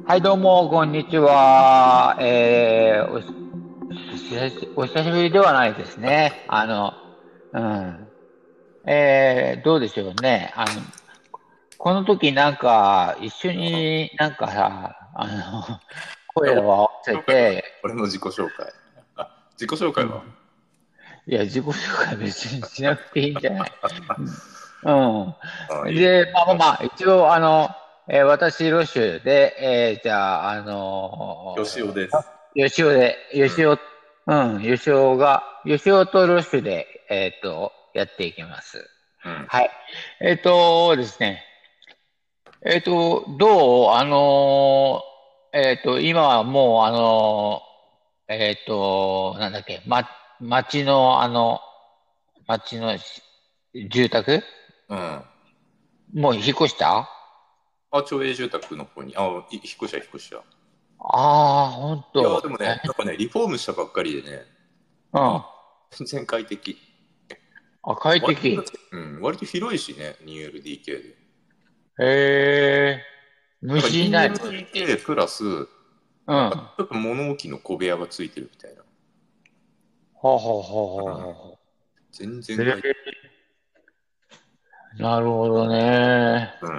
はい、どうも、こんにちは。お久しぶりではないですね。うん。どうでしょうね。この時なんか、一緒になんかさ、 え、俺声を合わせの紹介はて、 俺の自己紹介。自己紹介はうん。いや、自己紹介別にしなくていいんじゃない。うん。 いい。 で、まあまあまあ、一応、私、ロシュで、じゃあ、 よしおです。 吉尾で、 うん。 吉尾、うん、吉尾とロッシュで、やっていきます。 うん。 はい。ですね。どう今はもう、なんだっけ、町の、町の住宅うん。 もう引っ越した？ 町営住宅の方に、引っ越しは引っ越しや。 ああー、ほんいや、でと。 もね、なんかね、リフォームしたばっかりでね、いい。 うん。 全然快適。 あ、快割と、 適。 割と広いしね、2LDK で。 へえ、 なんか虫いない？ 2LDK プラス、 うん。 なんかはちょっと物置の小部屋がついてるみたいな。 あ、はあ、はあ、 うん。 は全あ。 然快適。 なるほどね。 うん。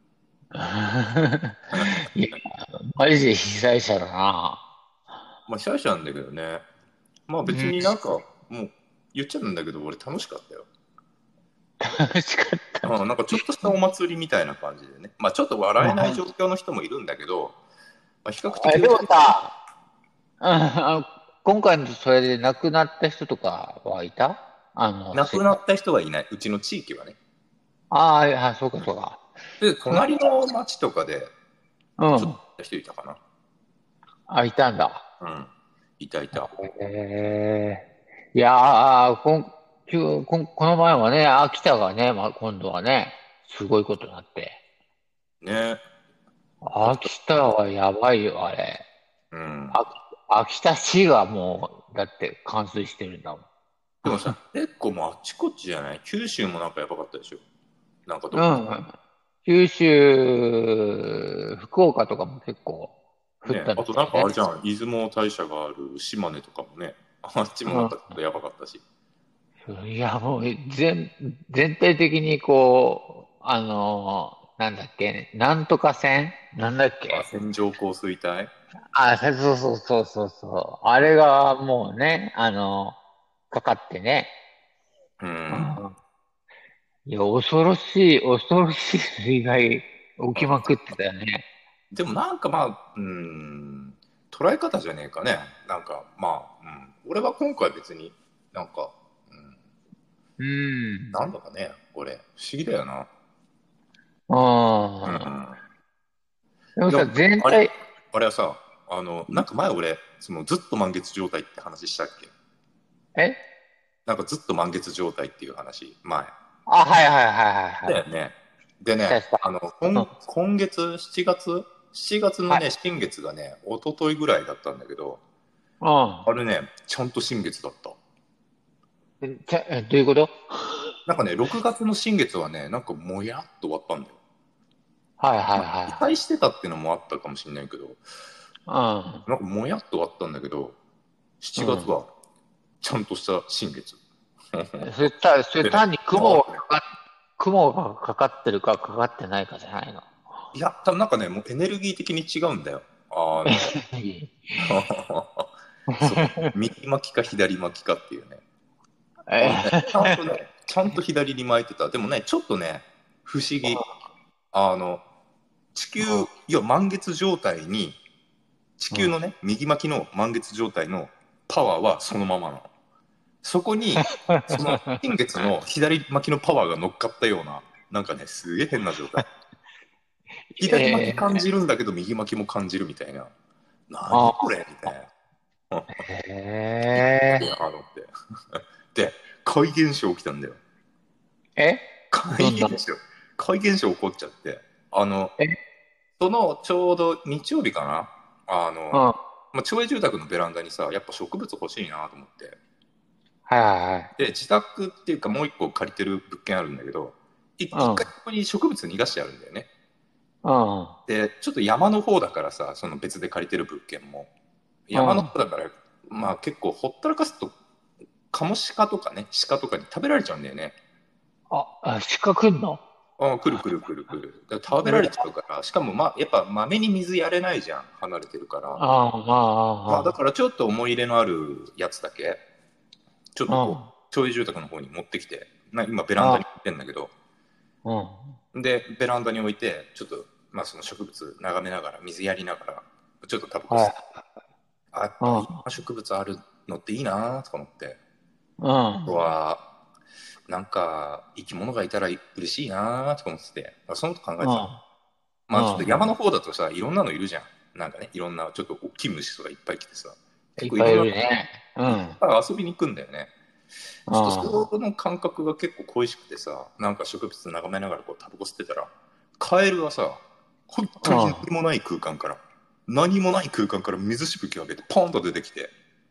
いや、マジで被災者だな。 まあ、シャイシャなんだけどね。まあ別うん、 になんか、もう言っちゃうんだけど、俺楽しかったよ。 楽しかった。 なんかちょっとしたお祭りみたいな感じでね。まあちょっと笑えない状況の人もいるんだけど、まあ、比較的でも落ち着いてる。 さ、今回のそれで亡くなった人とかはいた？ 亡くなった人はいない。うちの地域はね。 そうかそうか。 で、 その、 隣の町とかで、ちょっとうん。 人いたかな。 あ、いたんだ。 うん。いたいた。 いやー、この前はね、秋田がね、今度はね、すごいことになって。 ね。秋田。 秋田はやばいよ、あれ。 うん。 あ、秋田市がもう、だって冠水してるんだもん。 でもさ、結構もうあっちこっちじゃない？九州もなんかやばかったでしょ。なんかどっか。 うん。九州、福岡とかも結構降っね。 たんあとなんですよね。 かあれじゃん。出雲大社がある島根とかもね。あっちもなんかちょっとやばかったし。 いや、もう、全体的にこう、なんだっけ、なんとか線なんだっけ。 線状降水帯。 そうそうそうそうそう。あれがもうね、かかってね。 うん。 うん、いや、恐ろしい水害起きまくってたよね。 でもなんかまあ、捉え方じゃねえかね。なんかまあ、俺は今回別になんか、 うん。 なんだかね、俺、不思議だよな。 うん。 うん。でも、 でもさ、全あれ、 体、 あれはさ、なんか前俺、そのずっと満月状態って話したっけ？ えなんかずっと満月状態っていう話、前。 はいはいはいはいはい。 だよね。でね、 したした。うん。 今月、7月のはい。 ね、新月がね、一昨日ぐらいだったんだけど、 うん。 あれね、ちゃんと新月だった。 どういうこと？ なんかね、6月の新月はね、なんかもやっと終わったんだよ。 はいはいまあ、期は待してたっていうのもあったかもしれないけど、 いはなんかもやっと終わったんだけど、 い。う 7月ん。 はちゃんとした新月。 うん。それでね、 単にあね、 雲がかかってるかかかってないかじゃないの？ いや、多分なんかね、もうエネルギー的に違うんだよ。そう、右巻きか左巻きかっていうね。ちゃんとね、ちゃんと左に巻いてた。でもね、ちょっとね、不思議。あの、地球、いや、満月状態に、地球のね、右巻きの満月状態のパワーはそのままなの。そこに、その新月の左巻きのパワーが乗っかったような、なんかね、すげえ変な状態。左巻き感じるんだけど、右巻きも感じるみたいな。何これみたいな。いいえなと思って。で、怪現象起きたんだよ。 え怪どんな？ 現象。怪現象起こっちゃって。 えそのちょうど日曜日かな。 うん。 町営住宅のベランダにさ、やっぱ植物欲しいなと思って。 はいはいで、自宅っていうかもう一個借りてる物件あるんだけど、一はい。 回ここに植物逃がしてあるんだよね。 うん。 で、ちょっと山の方だからさ、その別で借りてる物件も。山のうん。 方だから、まあ結構ほったらかすと、カモシカとかね、鹿とかに食べられちゃうんだよね。 鹿来んの？ あ、くるくるくるくる。だから食べられちゃうから、しかもまあ、やっぱまめに水やれないじゃん、離れてるから。まあだからちょっと思い入れのあるやつだけ、ちょっとこう、町営住宅の方に持ってきて、今ベランダに置いてんだけど、で、ベランダに置いて、ちょっと、まあその植物眺めながら、水やりながら、ちょっとタバコ吸って、やっぱいい植物あるのっていいなとか思って、あとは、なんか生き物がいたら嬉しいなとか思ってて、そのこと考えてた。まあちょっと山の方だとさ、いろんなのいるじゃん。なんかね、いろんなちょっと大きい虫とかいっぱい来てさ、結構いろんな、いっぱい遊びに行くんだよね。ちょっとその感覚が結構恋しくてさ、なんか植物眺めながらこうタバコ吸ってたら、カエルがさ、本当に何もない空間から、水しぶきを上げてポンと出てきて、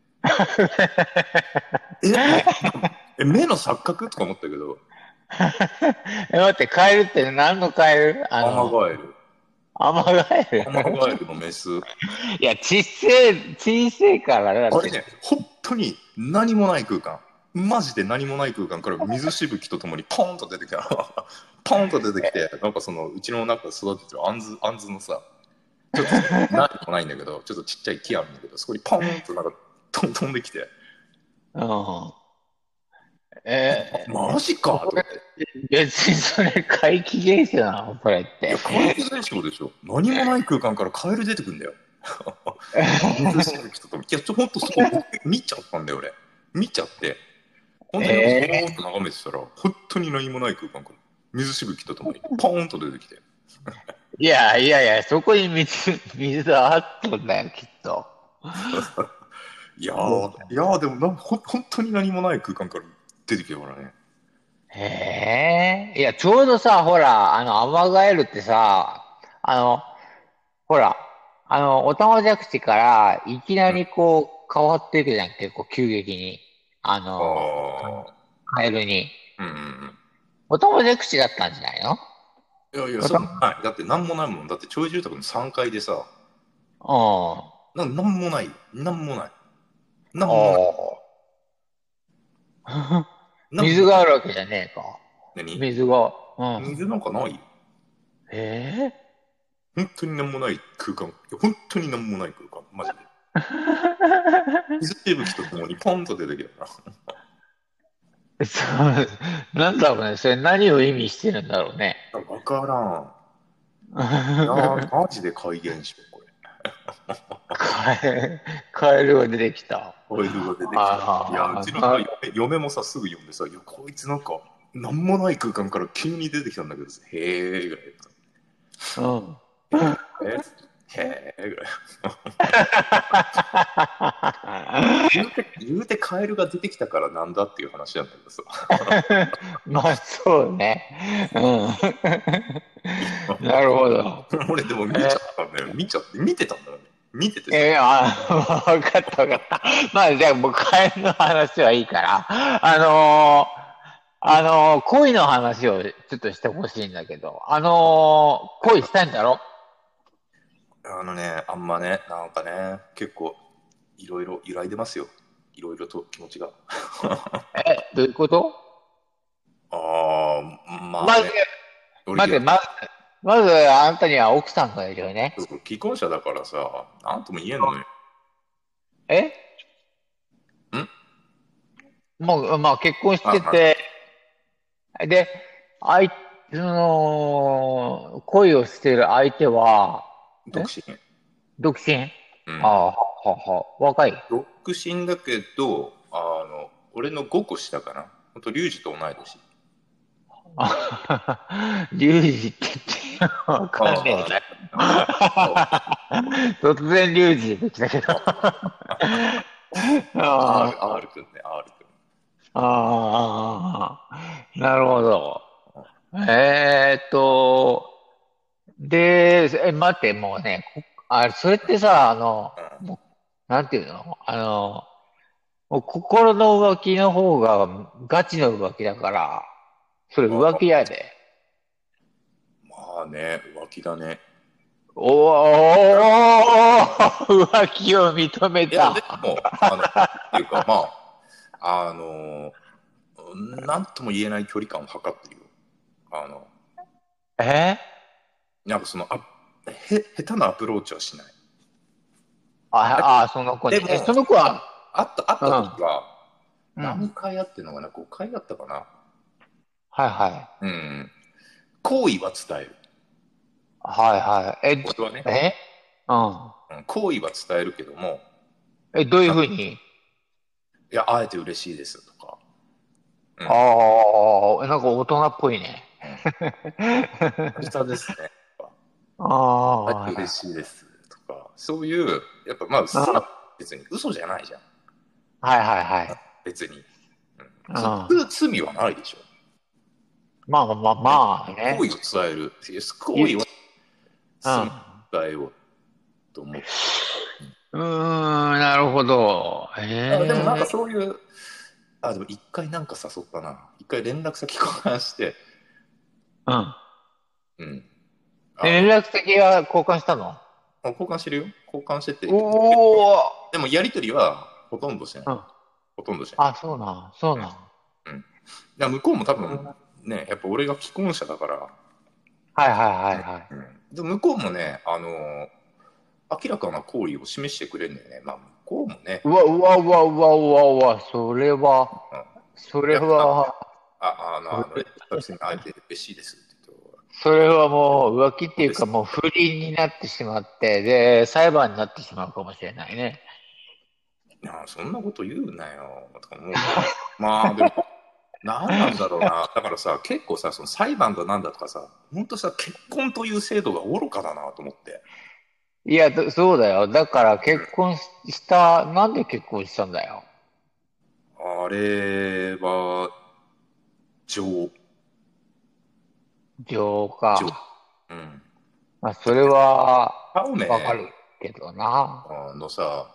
目の錯覚とか思ったけど。 待って、カエルって何のカエル？ アマガエル。 アマガエル？ アマガエルのメス。 いや、小せえからだって。 あれね、本当に何もない空間。マジで何もない空間から水しぶきとともにポンと出てきた。ポンと出てきて、なんかそのうちの中で育ててるあんずのさ、ちょっとないんだけど、ちょっとちっちゃい木あるんだけど、そこにポンとなんか飛んできて。マジかと思って。 別にそれ怪奇現象なのこれって。 いや、怪奇現象でしょ。何もない空間からカエル出てくんだよ。水しぶきとともに。いや、ほんとそこ見ちゃったんだよ、俺。見ちゃって。本当にぼーっと眺めてたら、本当に何もない空間から水しぶきとともにポーンと出てきて。 いや、そこに水あったんだよ、きっと。 いやー、でも本当に何もない空間から出てきたからね。 いや、ちょうどさ、ほら、アマガエルってさ、ほら、オタマジャクシからいきなりこう変わっていくじゃん、結構急激に。カエルに。オタマジャクシだったんじゃないの？ いや、そうない。だって何もないもん。だって町営住宅の3階でさ、なんもない。 水があるわけじゃねえか。 何？ 水が。 水なんかない？本当に何もない空間。本当に何もない空間。マジで。水しぶきとともにポンと出てきたから。 そう、なんだろうね。それ何を意味してるんだろうね。 わからん。いやマジで怪現象、これ。 カエルが出てきた。 カエルが出てきた。いや、うちの嫁もさ、すぐ読んでさ、いや、こいつなんか、なんもない空間から急に出てきたんだけどさ、へーぐらい。へーぐらい。言うてカエルが出てきたからなんだっていう話なんだけどさ。 まあそうね。なるほど。 俺でも見ちゃったんだよ。見てたんだよね。見ててさ。 分かった。まあじゃあもうカエルの話はいいから、恋の話をちょっとしてほしいんだけど、恋したいんだろ？ あんまね、なんかね、結構、いろいろ揺らいでますよ。いろいろと気持ちが。 どういうこと？ まあ、ね。 まず、あなたには奥さんがいるよね。 既婚者だからさ、なんとも言えんのよ。 もう、まあ結婚してて、で、恋をしてる相手は、 独身。 独身？若い？ 独身だけど、俺の5個下かな。ほんと、リュウジと同い年。 リュウジって言ってわかんねえな。突然リュウジ出てきたけど。 R 君ね、R 君。 なるほど。待って、もうね、それってさ、もうなんていうの？もう心の浮気の方がガチの浮気だから、それ浮気やで。 まあね、浮気だね。 おー、浮気を認めいや、でた。 も、っていうか、まあ、なんとも言えない距離感を測ってるよ。あの、 えなんかその、下手なアプローチはしない。 その子に。 でも、 その子は、 会った時は、 うん。 何回会ってんのかな？ 5 回だったかな。 はいはい。 うん。好意は伝える。 はいはい。 俺はね、 うん。 好意は伝えるけども、 どういうなんかふうに？ いや、会えて嬉しいですとか、うん。 なんか大人っぽいね。 うん。久々ですね。とか会えて嬉あしいですとか、そういう、やっぱまあ、別に嘘じゃないじゃん。 はいはいはい。 別に。 うん。ま罪はないでしょ。 あまあまあね。 好意を伝える。好意を罪をうん。 伝えようと思って。 なるほど。 でもなんかそういう、でも一回なんか誘ったな。一回連絡先交換して、 うん。 うん。 で、連絡先は交換したの？ 交換してるよ。交換してて。 おー。 でもやりとりはほとんどしてない。 うん。 ほとんどしてない。 そうなん、そうなん。 うん。だから向こうも多分うん。はいね、やっぱ俺が既婚者だから、 はいはいはい。 で向こうもね、明らかな好意を示してくれるんだよね。まあ、向こうもね、 うわうわうわうわうわうわ、それは、 うん、 それやっぱ、 は、 久々に会えて嬉しいですって言うと、 それはもう浮気っていうかそうです。 もう不倫になってしまって、で、裁判になってしまうかもしれないね。 いや、そんなこと言うなよ、とか思うけど、まあ、でも、何なんだろうな。だからさ、結構さ、その裁判だなんだとかさ、本当さ、結婚という制度が愚かだなと思って。 いや、そうだよ。だから結婚した、なんで結婚したんだよ。 あれは、情、 情情。 か。 うん。 まあ、それは、 パウメわかるけどな。 のさ、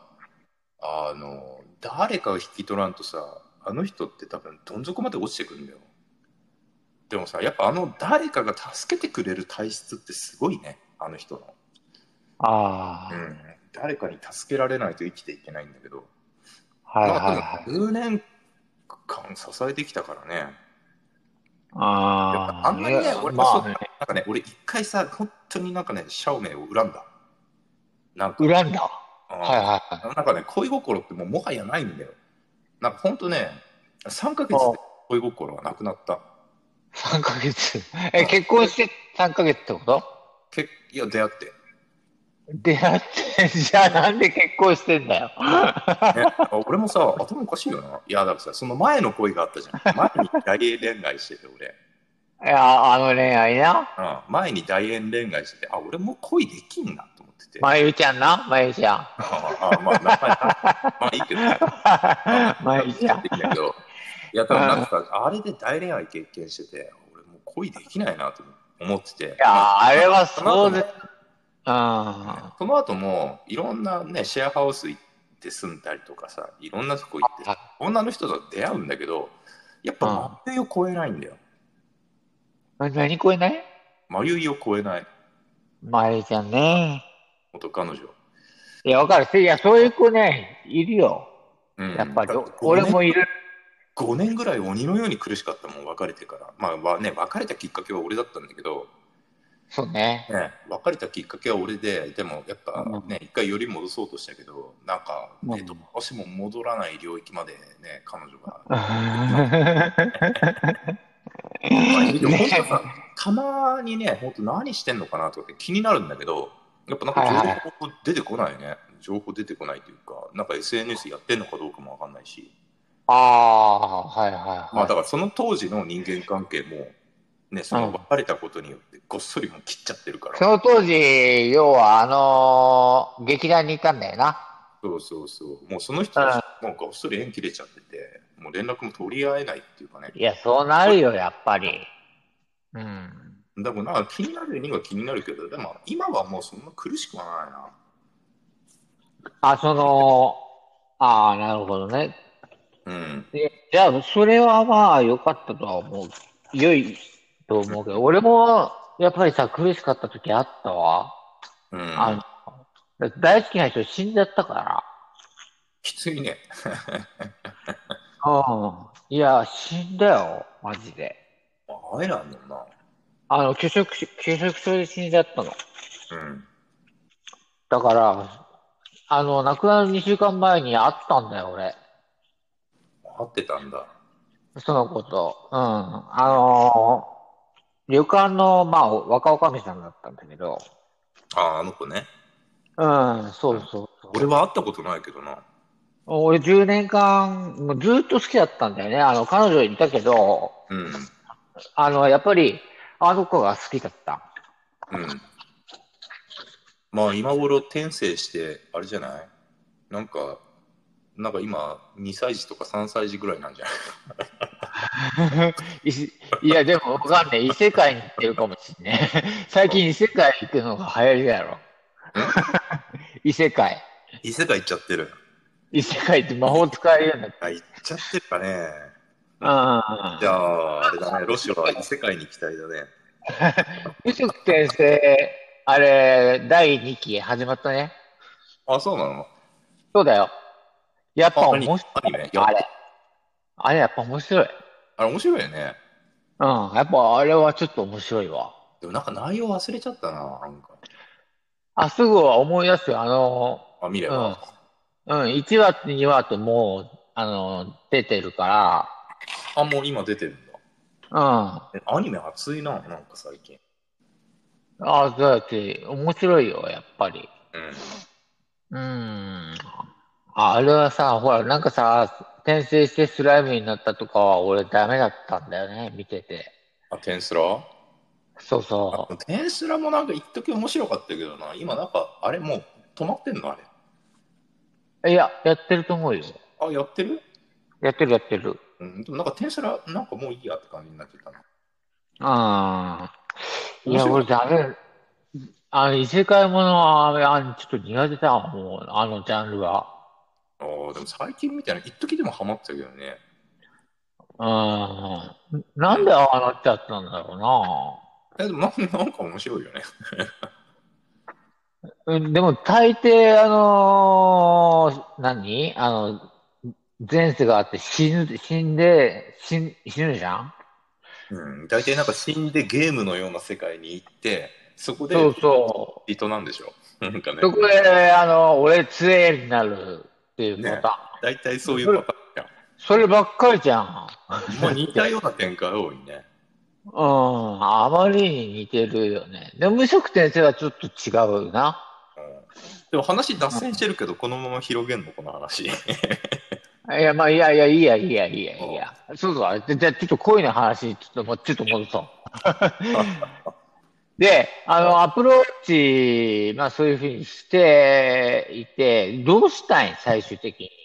誰かを引き取らんとさ、あの人って多分どん底まで落ちてくるんだよ。でもさ、やっぱ誰かが助けてくれる体質ってすごいね、あの人の。うん。 あ誰かに助けられないと生きていけないんだけど、 あ、はいまあでも、 はいはい。 10年間支えてきたからね。やっぱあああ、 んまりね、俺はそう、 まあね、 なんかね、俺一回さ、本当になんかね、シャオメイを恨んだ。なんか、 恨んだ。はいはいはい。 なんかね、恋心ってもはやないんだよ。なんか本当ね、3ヶ月でお恋心はなくなった。 3ヶ月。 うん結婚して3ヶ月ってこと？ いや、出会って。 出会って、じゃあなんで結婚してんだよ。 ね、俺もさ、頭おかしいよな。いや、だからさ、その前の恋があったじゃん。前に大恋愛してて、俺。 いや、あの恋愛な。 前に大恋愛してて、俺もう恋できんなと思ってて。 まゆちゃんな、まゆちゃん。 まあ、名前まあいいけどね。 まゆちゃん。 できないけど、いや、多分なんかさ、あれで大恋愛経験してて、俺もう恋できないなと思ってて。 いや、あれはそうで、 その後も、いろんなね、シェアハウス行って住んだりとかさ、いろんなとこ行って、女の人と出会うんだけど、やっぱ真冬を超えないんだよ。 何これね？ 真冬を超えない。 まゆちゃんね。 元彼女。 いや、わかる。いや、そういう子ね、いるよ。やっぱり、 だって5年、 俺もいる。 5年ぐらい鬼のように苦しかったもん、別れてから。まあね、別れたきっかけは俺だったんだけど、 そうね。 別れたきっかけは俺で、でもやっぱね、一回より戻そうとしたけど、なんか、ね、どうしても戻らない領域までね、彼女が。でも本当さ、たまにね、本当何してんのかなとかって気になるんだけど、やっぱなんか情報出てこないね。情報出てこないというか、なんか SNS やってんのかどうかもわかんないし。 はいはいはい。 まあだからその当時の人間関係も、ね、その別れたことによってごっそりも切っちゃってるから。 その当時、要は劇団にいたんだよな。 そうそうそう。もうその人たちもうごっそり縁切れちゃってて、もう連絡も取り合えないっていうかね。 いや、そうなるよ、やっぱり。うん。 だからなんか気になるには気になるけど、でも今はもうそんな苦しくはないな。 なるほどね。 うん。 じゃあ、それはまあ良かったとは思う。良いと思うけど、俺もやっぱりさ、苦しかった時あったわ。 うん。 あの、大好きな人死んじゃったかきついね。 ら。うん。いや、死んだよ、マジで。 あえなんのな。 拒食症で死んじゃったの。 うん。 だから、亡くなる2週間前に会ったんだよ、俺。 合ってたんだ。 そのこと。うん。旅館の、まあ、若女将さんだったんだけど。 ああ、あの子ね。 うん、そううん。 そうそう。 俺は会ったことないけどな。 俺10年間、もうずっと好きだったんだよね。彼女いたけど、 うん。 やっぱり、あの子が好きだった。 うん。まあ今頃転生して、あれじゃない？なんか、なんか今、2歳児とか3歳児ぐらいなんじゃない？ いや、でもわかんない。異世界に行ってるかもしんね。最近異世界行くのが流行りだろ。 ん異世界。 異世界行っちゃってる。 異世界って魔法使えるようになってあ、行っちゃってるかね。 る。うん。 じゃあ、あれだね。ロシアは異世界に行きたいだね。 美食転生、あれ、第2期始まったね。 あ、そうなの？ そうだよ。やっぱあ、 面白い。 アニメやっと。 あれ。あれやっぱ面白い。 あれ面白いよね。 うん。やっぱあれはちょっと面白いわ。 でもなんか内容忘れちゃったな。なんか。 あ、すぐは思い出すよ。 あ、見れうん。 ば。 うん。1話、2話ともう、出てるかあ、もう今出てるんだ。 ら、 アニメ熱いな、なんか最近。 うん。あ、そうやって、面白いよ、やっぱり。 うん。 うん。あれはさ、ほら、なんかさ、転生してスライムになったとかは俺ダメだったんだよね、見てて。 あ、テンスラ？ そうあ、 そテンスラもなんか一時面白かったけどな。今なんか、あれもう止まってんのあれ？ う。いや、やってると思うよ。 あ、やってる？ やってるやってる。 うん。でもなんかテンスラ、なんかもういいやって感じになってたな。 ああ。いや、 面白かっ俺ダメ。異世界ものは、ちょっと苦手だわ、もう、ジャンルは。 た。ああ、でも最近みたいな、一時でもハマってたけどね。 うん。なんでうん。 ああなっちゃったんだろでもなんか面白いよね。 うな。うん、でも大抵、前世があって死ぬじゃん。 うん。大体なんか死んでゲームのような世界に行って、そこでそうそう。 人なんでしょ？なんかね。 そこで、俺杖になるっていうパね。 タ大体そうーン。 いうパターンじゃん。 そればっかりじゃん。 もう似たって。 ような展開多いね。 うん、あまりに似てるよね。でも無職転生はちょっと違うな。 うん。でも話脱線してるけど、このまま広げんのこの話。 いや、まあ、いやいや、いいや、いいや、いいや、いいや。 うそうそう。じゃあ、ちょっと恋の話、ちょっと戻そう。 ん。 で、アプローチ、まあ、そういうふうにしていて、どうしたいん最終的に。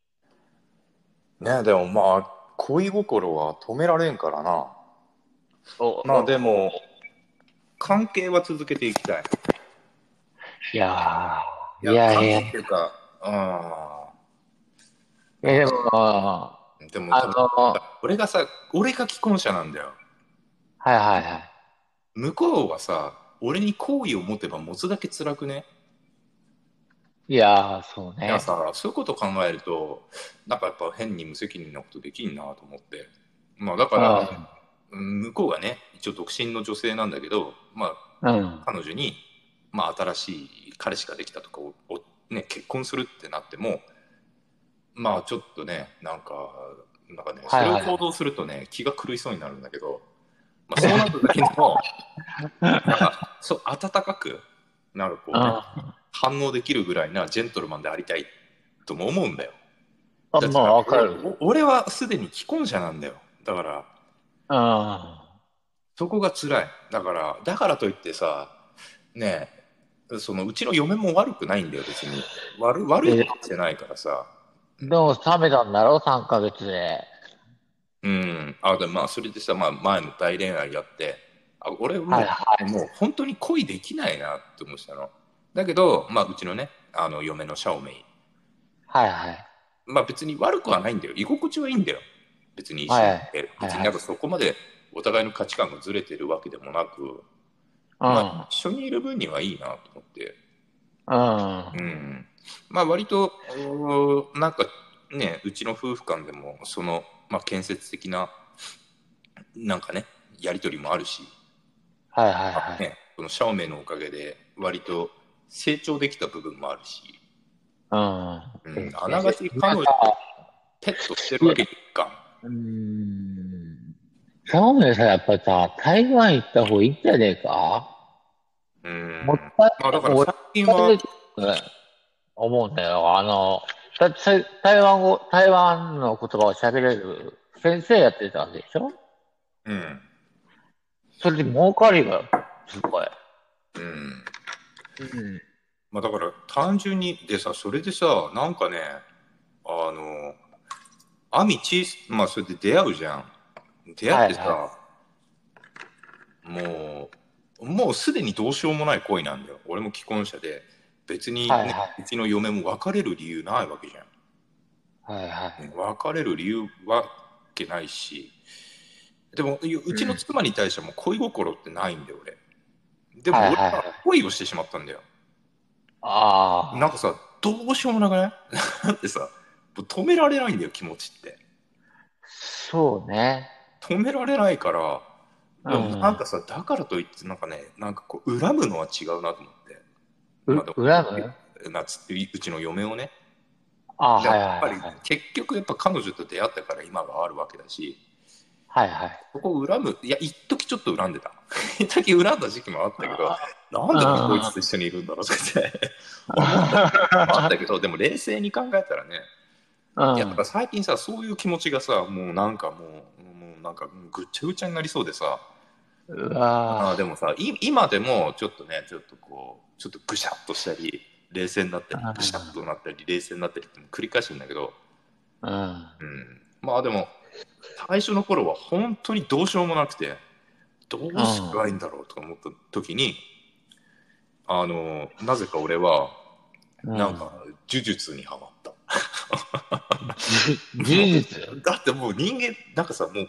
ね、でもまあ、恋心は止められんからな。 お、 まあでお、 も、関係は続けていきたい。 いやー、いいや、関係やいや、 っていうか、あでも、 でも多分、 は俺が既婚者なんだよ。 いはいはい。 向こうはさ、俺に好意を持てば持つだけ辛くね。 いやー、そうね。 いやさ、そういうことを考えると、なんかやっぱ変に無責任なことできんなと思って。まあだから、向こうがね、一応独身の女性なんだけど、まあうん。 彼女に、まあ新しい彼氏ができたとかね、結婚するってなっても、まあちょっとね、なんかね、それを行はいはい。 動するとね、気が狂いそうになるんだけど、まあそうなった時の、なんか、温かくなる、こうね、反応できるぐらいなジェントルマンでありたいとも思うんだよ。だってさ、 まあ、わかる。 俺はすでに既婚者なんだよ。だから、 うん。はそこが辛い。だからといってさ、ねそのうちの嫁も悪くないんだよ、別に。悪いい。 ことしてないからさ。 でも、冷めたんだろ ?3 ヶ月で。 うん。あ、でまあ、それでさ、まあ、前の大恋愛やって、俺もはいはもう本当に恋できないなって思ってたの。だけど、まあ、うちのね、嫁のシャオメイ。 はいはい。 まあ別に悪くはないんだよ。居心地はいいんだよ。別に一緒にいはいて。 はいはい。 別になんかそこまでお互いの価値観がずれてるわけでもなく、 まあ、 うん。 一緒にいる分にはいいなと思って。 うん。 うん。まあ、割と、なんかね、うちの夫婦間でも、まあ、建設的な、なんかね、やりとりもあるし、 はいはいはい。 ね、このシャオメイのおかげで、割と成長できた部分もあるし、 うん。 うん、 そうですね。 あながち彼女なんか、 ペットしてるわけにいかシャオメイさ、やっぱりさ、台湾行った方がいいんじゃねえか？ ん。うん。 もったい、 まあ、だから俺、 最近は、 思うんだよ。台湾の言葉を喋れる先生やってたんでしょ？ うん。 それで儲かるよ、すごい。 うん。 うん。 まあ、だから単純に、でさ、それでさ、なんかね、あの、まあ、それで出会うじゃん。出会ってさ、 はいはい。 もうすでにどうしようもない恋なんだよ。俺も既婚者で、別にね、 はいはい。 うちの嫁も別れる理由ないわけじゃん。 はいはい。 ね、別れる理由わけないし、でも、うちのうん。 妻に対してはもう恋心ってないんだよ、俺。でもはい俺ははいはい。 恋をしてしまったんだよ。なんかああ。 さ、どうしようもなくない？だってさ、もう止められないんだよ、気持ちって。 そうね。 止められないから、 うでもなんん。 かさ、だからといってなんかね、なんかこう、恨むのは違うなと思って。まあでも、 恨む。 うちの嫁をね。 ああ、 やっはいはいぱりはい。 結局やっぱ彼女と出会ったから今があるわけだし、 はいはい。 そこを恨む、いや、一時ちょっと恨んでた。一時恨んだ時期もあったけど、なんで俺こいつあと一緒にいるんだろうって思った時もあったあ。 けど、でも冷静に考えたらね、 うん。 いや、なんかうん。 最近さ、そういう気持ちがさ、もうなんかぐっちゃぐちゃになりそうでさ、 うわでもさ、今でもちょっとね、ちょっとこう、ちょっとぐしゃっとしたり、冷静になったり、ぐしゃっとなったり、冷静になったりって繰り返してるんだけど、 うん。 うん。まあでも、最初の頃は本当にどうしようもなくて、どうすればいいんだろうとか思った時に、なぜか俺は、 うん。 なんか、呪術にハマった。 事も実。 だってもう人間、なんかさ、も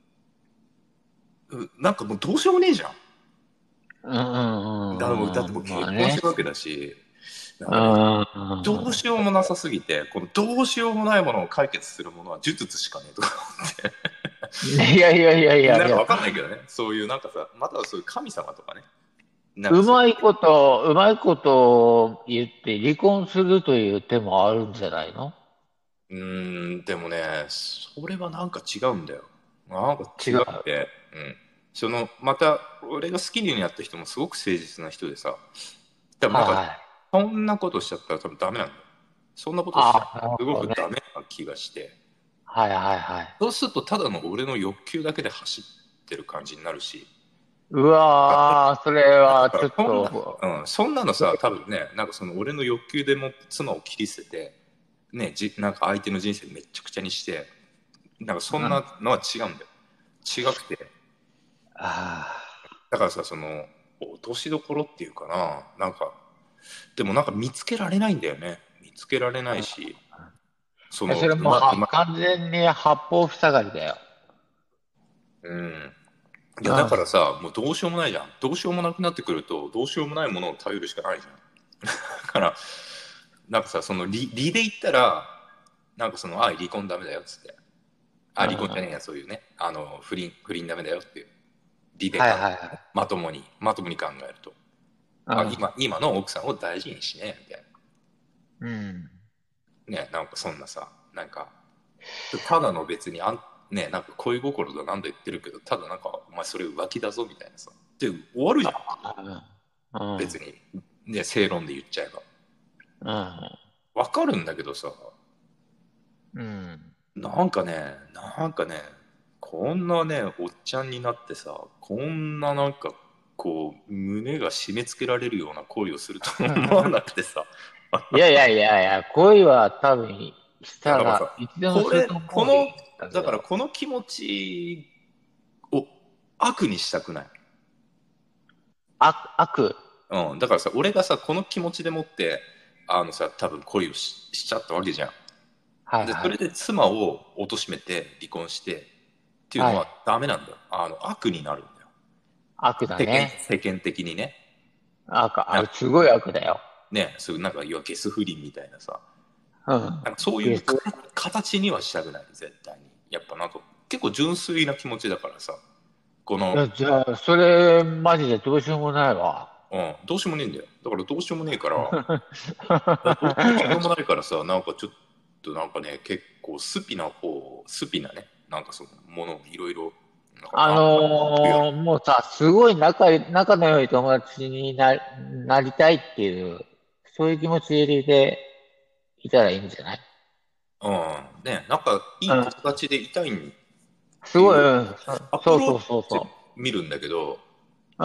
なんかもうどうしようもねえじゃん。 うんうんだってもううん。ま結あね。 婚してるわけだし、なんうかね、どうん。 しようもなさすぎて、このどうしようもないものを解決するものは呪術しかねえとか思って。 いやいやいやいやいや。 なんかわかんないけどね、そういうなんかさ、またはそういう神様とかね、なんかそういう、 うまいこと言って離婚するという手もあるんじゃないの？ でもね、それはなんか違うんだよ。なんか違違う。 って、また、俺が好きになった人もすごく誠実な人でさ、でもなんか、 はいはい。 そんなことしちゃったら多分ダメなんだよ。そんなことしちゃああ、なるったらすごほどね。 くダメな気がして、 はいはいはい。 そうするとただの俺の欲求だけで走ってる感じになるし、 うわー、それはちょっだからと、 そんなのさ、多分ね、なんかその俺の欲求でもって妻を切り捨てて、ね、なんか相手の人生めっちゃくちゃにして、なんかそんなうん。 のは違うんだよ。違くて。 あだからさ、落としどころっていうかな、なんか、でもなんか見つけられないんだよね。見つけられないし、 それも完全に八方塞がりだよ。 うん。いや、だうん。 からさ、もうどうしようもないじゃん。どうしようもなくなってくると、どうしようもないものを頼るしかないじゃん。だから、なんかさ、理で言ったら、なんか離婚ダメだよっつって。 うん。 離婚じゃねえや、 はそういうね。不倫ダメだよっていう。理いはいではい。 まともに考えると。 うん。 今の奥さんを大事にしねみたいうん。 な。ね、なんかそんなさ、なんか、ただの別にね、なんか恋心だなんだ言ってるけど、ただなんか、お前それ浮気だぞみたいなさ。で、終わるじゃん。 うん。 別に。ね、正論で言っちゃえば。 うん。 わかるんだけどさ、 うん。 なんかね、こんなね、おっちゃんになってさ、こんななんか、こう、胸が締め付けられるような恋をすると思わなくてさ。 いやいやいやいや、恋は多分しいや、 ただからさ、 らいつでもすると思うよ。だけだからど、 この気持ちを悪にしたくない。 悪。 だからさ、俺がさ、この気持ちでもって、多分恋をしちゃったわけじゃん。で、そはいはい。 れで妻を貶めて離婚してっていうのははい。 ダメなんだよ。悪になるんだよ。 悪だね。 世間的にね。 すごい悪だよ。 ね、そうなんか要はゲス不倫みたいなさ、 うん。 なんかそういう形にはしたくない、絶対に。やっぱなんか結構純粋な気持ちだからさ、この、 いや、じゃあ、それ、マジでどうしようもないわ。 どうしようもねえんだよ。だからどうしようもねえから、どうしようもないからさ、なんかちょっとなんかね、結構スピなね、なんかそのものをいろいろ、 もうさ、すごい仲の良い友達になりたいっていう、そういう気持ち入れていたらいいんじゃない？ ね、なんかいい友うん。 達でいたいっていうすごい、うん。そうそうアプローチってそうそ見るんだけど、 う。うん。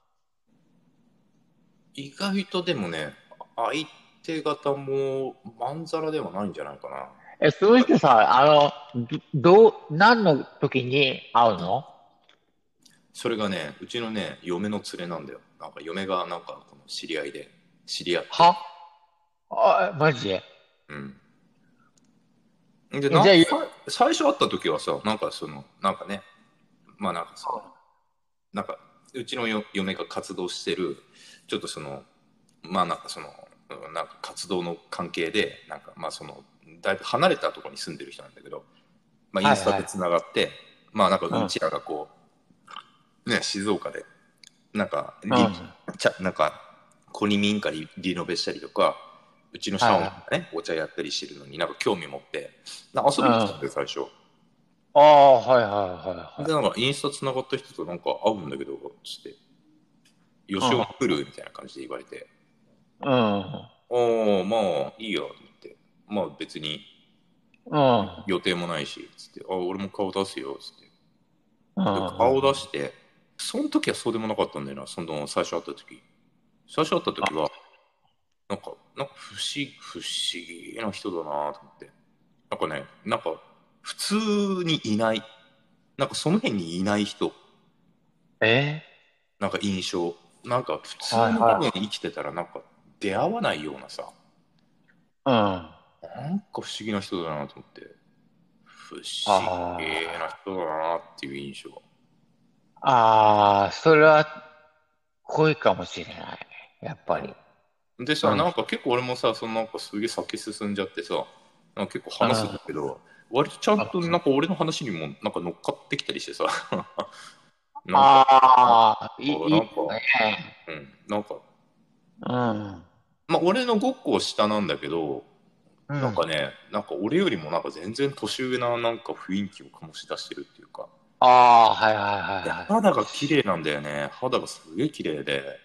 意外とでもね、相手方もまんざらではないんじゃないかな。 そういう人さ、何の時に会うの？ それがね、うちのね、嫁の連れなんだよ。なんか嫁がなんかこの知り合いで知り合って。 はマジで？ うん。で、 じゃ最初会った時はさ、なんかその、なんかね、まあなんかその、なんか、うちの嫁が活動してる、ちょっとその、まあなんかその、なんか活動の関係で、なんかまあその、だいぶ離れたところに住んでる人なんだけど、まあインスタでつながって、まあなんかうちらがこう、ね、静岡で、なんか、なんか、コニ民家リノベしたりとか、うちの社員がね、お茶やったりしてるのになんか興味持って、なんか遊びに来たんだよ、最初。 はいはいで、なんかインスタつながった人となんか会うんだけど、つって、吉尾来るみたいな感じで言われて、 うん。 まあいいよ、と思って、まあ別にうん。 予定もないし、つって、俺も顔出すよ、つって。 うん。 で、顔出して、その時はそうでもなかったんだよな、その最初会った時。最初会った時は、なんか不思議な人だなと思って。なんかね、なんか普通にいない、なんかその辺にいない人、 えなんか印象、なんか普通はいの部分は生きてたらなんか出会わないようなさ、 い。うん。あなんか不思議な人だなと思って、不思議なあ。 人だなっていう印象。 それは濃いかもしれない。やっぱり。 でさ、 うん。 なんか結構俺もさ、そのなんかすげえ先進んじゃってさ、なんか結構うん。 話すんだけど、割とちゃんとなんか俺の話にもなんか乗っかってきたりしてさ、なんか、なんか、 いいね。 なんか、 うん。 まあ俺の5個下なんだけど、 うん。 なんかね、なんか俺よりもなんか全然年上ななんか雰囲気を醸し出してるっていうか、 はいはいはいで、 はい。 肌が綺麗なんだよね。肌がすげえ綺麗で。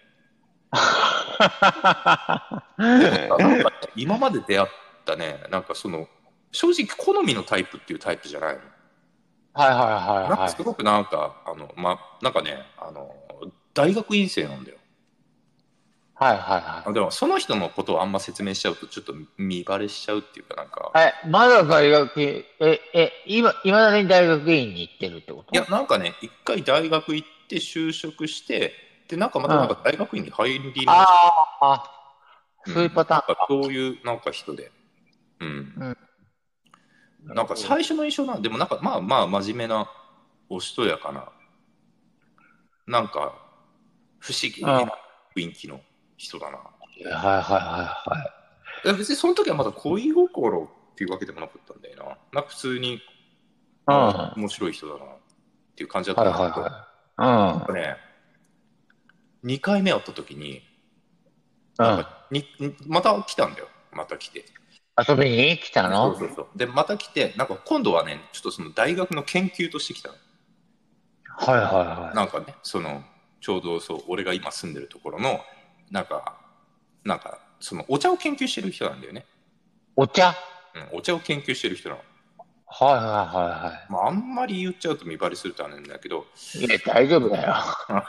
でもさ、なんかね、今まで出会ったね、なんかその、正直好みのタイプっていうタイプじゃないの。 はいはいはいはい。 なんかすごくなんか、なんかね、大学院生なんだよ。 はいはいはでも、その人のことをあんま説明しちゃうと、ちょっと見バレしちゃうっていうかなんか、 まだ大学、いまだに大学院に行ってるってこいや、 と？ なんかね、一回大学行って就職して、で、なんかまうん。 たなんか大学院に入り直しああ、 て、 そういうパターンなんかか。 そういうなんか人で、うん。 うん。ななんかるほど。 最初の印象でもなんかまあまあ真面目な、おしとやかな、なんか不思うん。は議な雰囲気の人だな。 いはいはいは別にその時はまだ恋心っていうわけでもなかったんだよな。なんか普通に、 い。うん。は面白い人だなっていう感じだっいはいたんだけど、 はい。 ね、2回目会った時に、 うん。 なんかうん。 また来たんだよ。また来て。 遊びに来たの？ そうそうそう。で、また来て、なんか今度はね、ちょっとその大学の研究として来たの。 はいはいはい。 なんかね、その、ちょうどそう、俺が今住んでるところの、なんか、そのお茶を研究してる人なんだよね。 お茶？ お茶を研究してる人なの。 はいはいはまあ、あんまり言っちゃうと見張りするとあれなんだけど、 いはい。大丈夫だよ。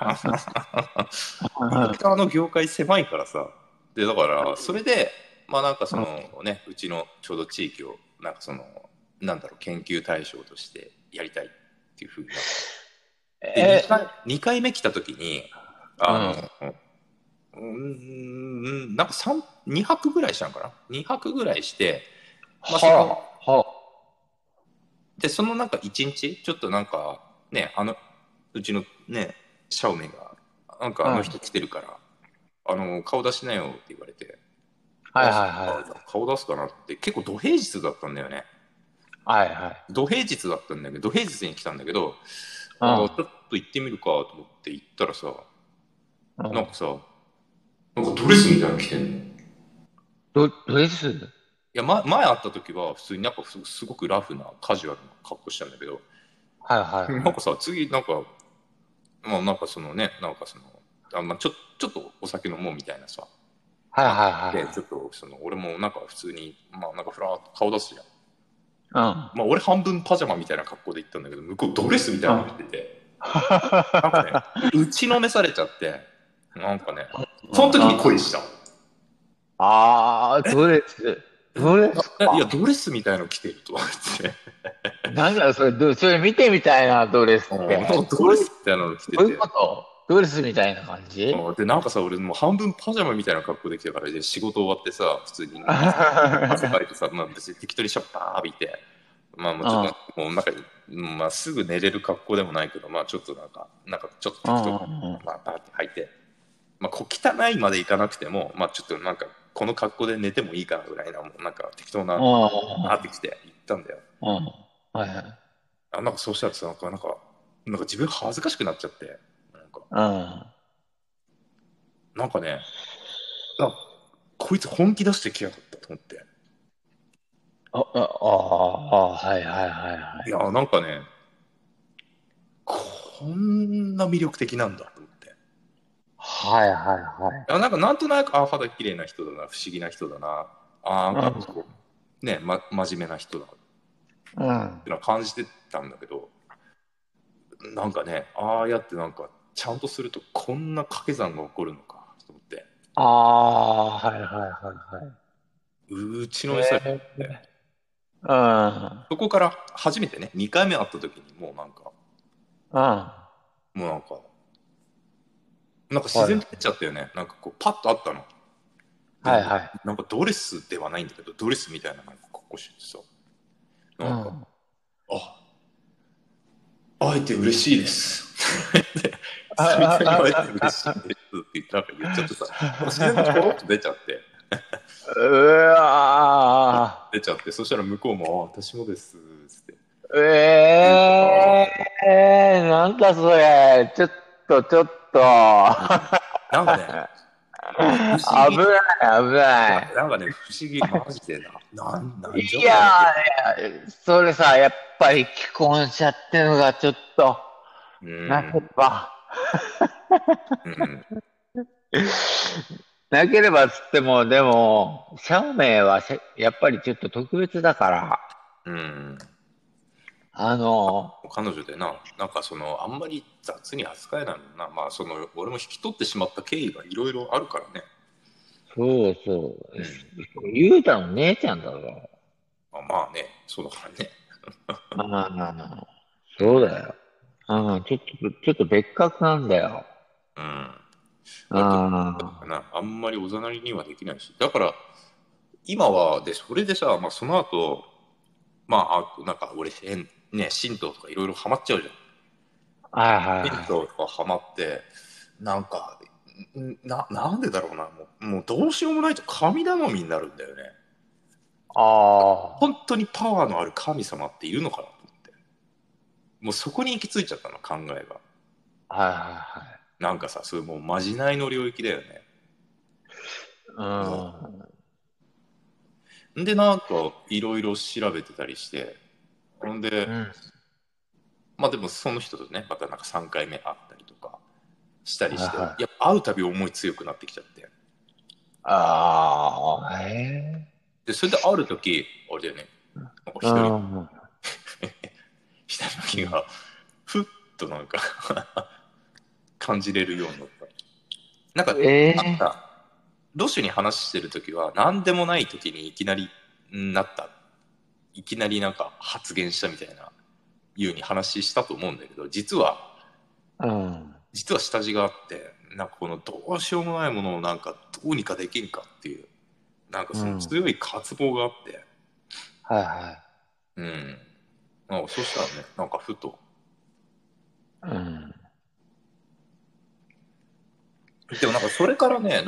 意外と業界狭いからさ。で、だから、それで、まあなんかそのね、うちのちょうど地域を、なんかその、なんだろう、研究対象としてやりたいっていうふうになって。で、2回目来た時に、なんか2泊ぐらいしたのかな？ 2 泊ぐらいして、まあで、そのなんか1日、ちょっとなんか、ね、うちのね、 シャオメが、なんかあの人来てるから、顔出しなよって言われて、 はいはいはい。 顔出すかなって、結構土平日だったんだよね。 はいはい。 土平日だったんだけど、土平日に来たんだけど、 うん。 ちょっと行ってみるかと思って行ったらさ、 うん。 なんかさ、なんかドレスみたいなの着てんの。いドレス。 や、前会った時は普通になんかすごくラフなカジュアルな格好したんだけど、 はいはいはい。 なんかさ、次なんか、まあなんかそのね、なんかその、ちょっとお酒飲もうみたいなさ、 はいはいで、 はちょっとその、俺もなんか普通に、まあなんかふらーっと顔出すじゃん。 いはい。 まあ俺半分パジャマみたいな格好で行ったんだけど、向こうドレスみたいなの着てて、なんかね、打ちのめされちゃって、なんかね、その時に恋した。 ああ、ドレス。ドレスいや、 か。 ドレスみたいの着てると思って。 なんだそれ、それ見てみたいな、ドレスって。 なんかドレスみたいなの着てどういうこて。 と？ドレスみたいな感じ？ で、なんかさ、俺もう半分パジャマみたいな格好できたから、で仕事終わってさ、普通に汗かいてさ、まあ別に適当にシャッパー浴びて、まあもうちょっと、もうなんか、まあすぐ寝れる格好でもないけど、まあちょっとなんかちょっと適当に、まあバーって履いて、まあ小汚いまでいかなくても、まあちょっとなんか、この格好で寝てもいいかなぐらいな、もうなんか適当な、あってきて行ったんだよ。 はいはい。 なんかそうしたらさ、なんか自分恥ずかしくなっちゃって、なんか、 うん。 なんかね、こいつ本気出してきやがったと思って。 はいはいはいはい。 いや、なんかね、こんな魅力的なんだと思って。 はいはいはい。 なんかなんとなく、肌綺麗な人だな、不思議な人だな、なんかこう、ね、真面目な人だうん。 ってのは感じてたんだけど、なんかね、ああやってなんか、ちゃんとするとこんな掛け算が起こるのかと思って、 ああ、はいはいはいは打ちのい。 めされて、 うん。 そこから初めてね、2回目会った時にもうなんか、 うん。はもうなんかいはい自然と出ちゃったよね。なんかこう、パッとあったの。でも、 はい。 なんかドレスではないんだけど、ドレスみたいななんか格好しててさ、なんか、 うん。 会えて嬉しいです。久々に会えて嬉しいですってなんか言っちゃってさ、自然とポロッと出ちゃって、 うわそしたら向こうも、私もですって。 なんだそれ。ちょっと。 なんかね、不思議。 危ない、危ない。 なんかね、不思議、マジでなんじゃいこれって。 やそれさ、やっぱり既婚者ってのがちょっと、 うなけれん。 ば。 うん。 なければつっても、でも、シャオメイはやっぱりちょっと特別だから、 うん。 あの、 彼女でなんかそのあんまり雑に扱えないもんな。まあその俺も引き取ってしまった経緯がいろいろあるからね。 そうそう。 うん。 ゆうたの姉ちゃんだぞ。 まあね、そうだからね。 ああ、 うん。 そうだよ。ちょっと別格なんだよ。 うん。割とああんまりおざなりにはできないし。だから今はそれでさ、まあその後、まあなんか俺ね、神道とかいろいろハマっちゃうじゃん。 あ、はいはい神はい。 道とかハマって、なんか、なんでだろうな、もうどうしようもないと神頼みになるんだよね。 あ本当にパワーのある神様っているのかなと思って。もうそこに行き着いちゃったの、考えが。 はいはいなんかさ、それもうまじないの領域だよね。 はい。 で、なんかいろいろ調べてたりして、ほんで、 うん。うん。 まあでもその人とね、またなんか3回目会ったりとかしたりして、 はいはい。 やっぱ会うたび思い強くなってきちゃって。 ああ、へえ。 で、それで会う時、あれだよね、なんかうん。うん。 一人の気が、ふっとなんか感じれるようになった。なんか、 ええ。 あった。ロシュに話してる時は、何でもない時にいきなりなった。いきなりなんか発言したみたいな、いうに話したと思うんだけど、 うん。 実は下地があって、なんかこのどうしようもないものをなんかどうにかできんかっていう、なんかそのうん。 強い渇望があって、 はいはうん。そしたらね、なんかふと、 い。うん。 でもなんかそれからね、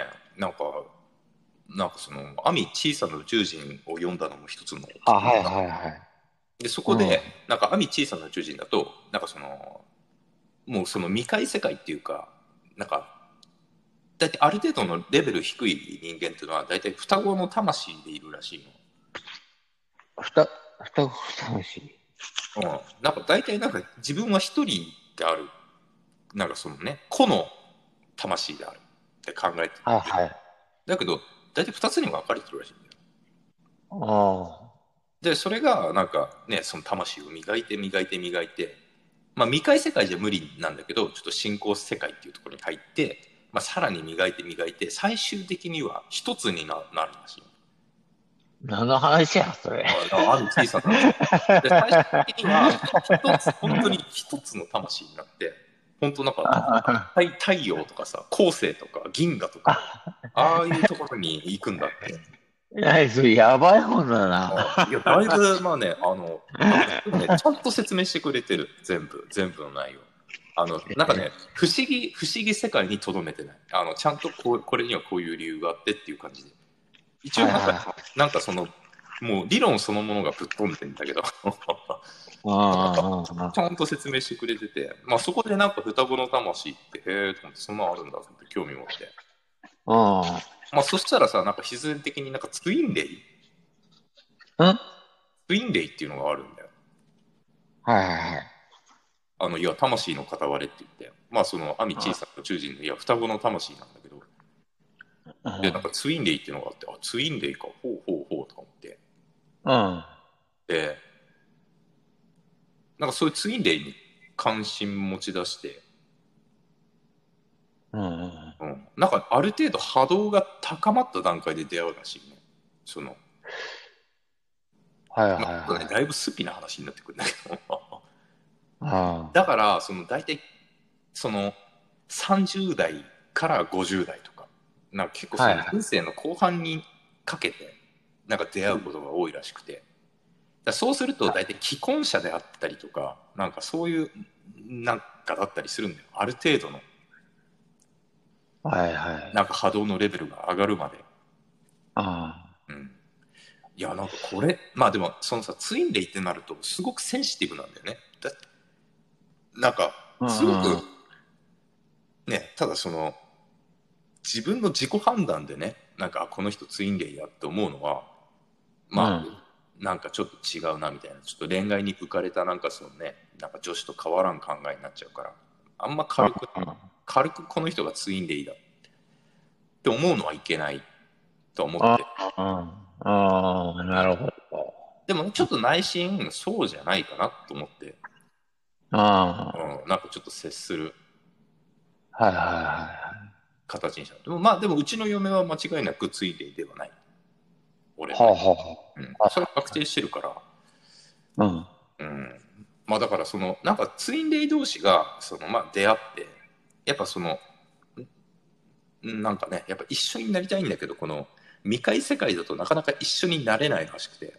なんかその、アミ小さな宇宙人を読んだのも一つのきっあ、はいかけだ。 はいはい。 で、そこうん。 で、なんかアミ小さな宇宙人だと、なんかその、もうその未開世界っていうか、なんか、だいたいある程度のレベル低い人間っていうのは、だいたい双子の魂でいるらしいふた、双子魂。 の。うん。なんか大体なんか自分は一人である。なんかそのね、個の魂であるって考えてはいる。 はい。 だけど、大体二つに分かれてるらしいんだよ。 あで、それがなんかね、その魂を磨いて磨いて磨いて、まあ未開世界じゃ無理なんだけど、ちょっと進行世界っていうところに入って、まあさらに磨いて磨いて、最終的には一つになるらしい。 何の話や、それ。 ある小さな話。で、最終的には一つ、本当に一つの魂になって、本当なんか太陽とかさ、恒星とか銀河とか、ああいうところに行くんだって。 いや、それやばい本だな。 いや、だいぶ、まあね、でもね、ちゃんと説明してくれてる、全部の内容。なんかね、不思議世界にとどめてない。ちゃんとこれにはこういう理由があってっていう感じで。一応なんかその、もう理論そのものがぶっ飛んでるんだけど、ちゃんと説明してくれてて、まあそこでなんか双子の魂って、へえと思って、そんなのあるんだって興味持って。まあそしたらさ、なんか必然的になんかツインレイっていうのがあるんだよ。 はいはいはい。 いや、魂の片割れって言って、まあその、アミ小さな宇宙人の、いや、双子の魂なんだけど、で、なんかツインレイっていうのがあって、あ、ツインレイか、ほうほうほうとか思って、で、なんかそういうツインレイに関心持ち出して、なんかある程度波動が高まった段階で出会うらしいね。その、 はいはいまあね、 はい。 だいぶスピな話になってくるんだけど、 あだから、その大体、その30代から50代とか、なんか結構その人生の後半にかけて、なんか出会うことが多いらしくて、そうすると大体既婚者であったりとか、なんかそういうなんかだったりするんだよ。ある程度の、 はいはい。 なんか波動のレベルが上がるまで。 あうん。いや、なんかこれ、まあでも、そのさ、ツインレイってなると、すごくセンシティブなんだよね。だって、なんか、すごく、ね、ただその、自分の自己判断でね、なんか、この人ツインレイだって思うのは、まあ、なんかちょっと違うなみたいな、ちょっと恋愛に浮かれたなんかそのね、なんか女子と変わらん考えになっちゃうから、あんま軽くこの人がツインレイだって思うのはいけないと思って。 なるほど。 でもちょっと内心そうじゃないかなと思って、なんかちょっと接する形にした。でもうちの嫁は間違いなくツインレイではない。俺は、それは確定してるから。まあだからそのなんかツインレイ同士がそのまあ出会ってやっぱそのなんかねやっぱ一緒になりたいんだけどこの未開世界だとなかなか一緒になれないらしくて。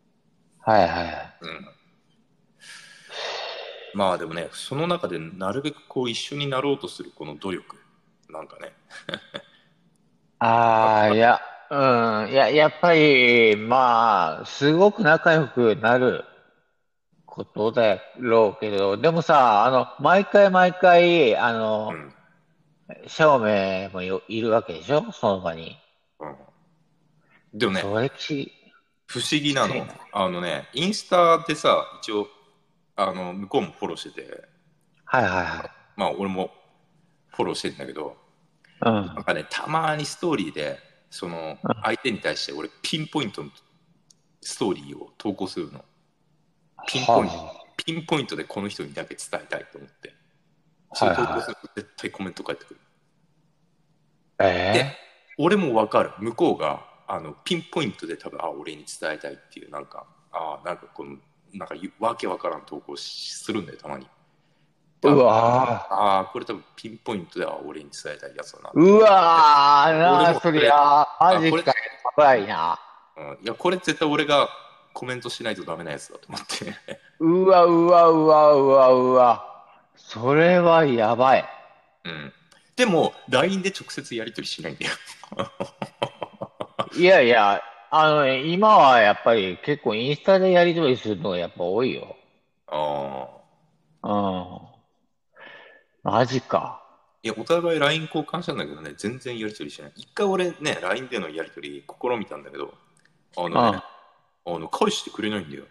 まあでもねその中でなるべくこう一緒になろうとするこの努力なんかね。 いや、やっぱり、まあ、すごく仲良くなることだろうけど、でもさ、毎回毎回、シャオメもいるわけでしょその場に。 でもね、 それ不思議なの。インスタでさ、一応、向こうもフォローしてて、まあ、俺もフォローしてるんだけど、なんかね、たまにストーリーで、その、相手に対して俺、ピンポイントのストーリーを投稿するの。ピンポイントでこの人にだけ伝えたいと思って。それ投稿すると絶対コメント返ってくる。で、俺もわかる。向こうが、ピンポイントで多分、俺に伝えたいっていう、なんか、なんかこの、なんかわけわからん投稿するんだよ、たまに。これ多分ピンポイントで俺に伝えたいやつだな。 そりゃ、マジか、やばいな。 いや、これ絶対俺がコメントしないとダメなやつだと思って。 うわ。それはやばい。 でも LINE で直接やり取りしないんだよ。 いやいや、今はやっぱり結構インスタでやり取りするのがやっぱ多いよ。 ああ。 うん。マジか。 いや、お互い LINE 交換したんだけどね、全然やり取りしない。一回俺ね、LINE でのやり取り試みたんだけど、あのね、 うん。 返してくれないんだよ。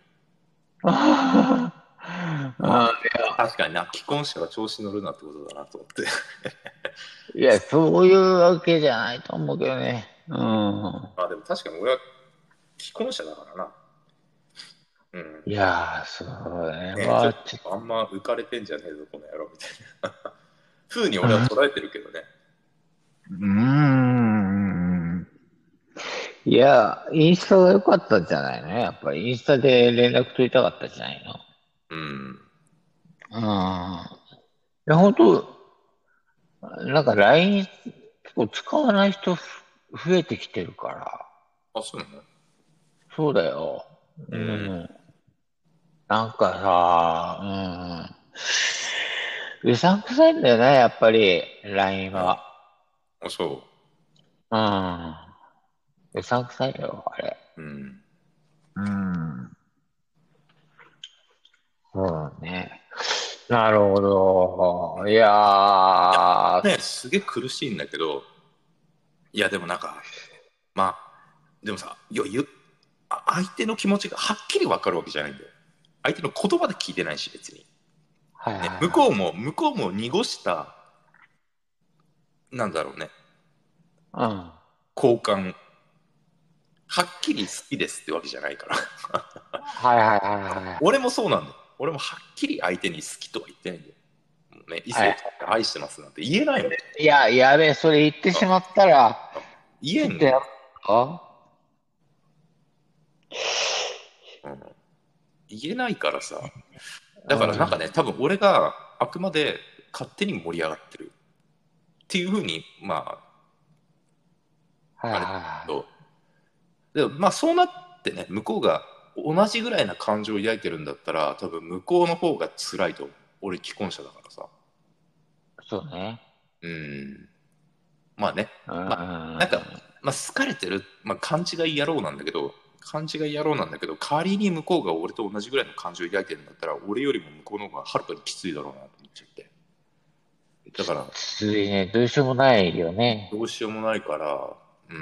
うん、 確かにな、既婚者は調子乗るなってことだなと思って。 いや、そういうわけじゃないと思うけどね。うん。 でも確かに俺は既婚者だからな。うん。 いやー、そうね。 ね、ちょっとあんま浮かれてんじゃねえぞ、この野郎みたいな。風に俺は捉えてるけどね。 いや、インスタが良かったんじゃないのやっぱりインスタで連絡取りたかったんじゃないうん。 の？うん。いや、本当なんか LINE 結構使わない人増えてきてるから。 あ、そうなの？ そうだよ。ううん。 ん。なんかさ、うさんくさいんだよね、やっぱり、LINE は。 あ、そうん。うさんくさいよ、あれ。 う。うん。 うん。そうね。なるほど。いやー、 ね、すげえ苦しいんだけど、いや、でもなんか、まあ、でもさ、相手の気持ちがはっきり分かるわけじゃないんだよ。相手の言葉で聞いてないし、別に。ね、 はいはいはい。 向こうも濁した、なんだろうね、 うん。 交換、はっきり好きですってわけじゃないから。 はいはいはいはい。 俺もそうなんだよ。俺もはっきり相手に好きとは言ってないんだよ。もうね、異性はい。 と愛してますなんて言えないもん。 いや、やべえ、それ言ってしまったら、 言えんよ。 ちょっとやっぱ、 うん、言えないからさ。 うん。 だからなんかはね、多分俺があくまで勝手に盛り上がってるっていうふうに、まいはいあ、あれだはけど、でもまあそうなってね、向こうが同じぐらいな感情を抱いてるんだったら、多分向こうの方が辛いと思う。俺既婚者だからさ。 い。そうね。 うん。まあね。 うまあ、なんか、 ん。 まあ好かれてる、まあ勘違い野郎なんだけど、勘違い野郎なんだけど、仮に向こうが俺と同じぐらいの感情を抱いてるんだったら、俺よりも向こうの方がはるかにきついだろうなと思っちゃって。だから、 ついね、どうしようもないよね。 どうしようもないから、うん。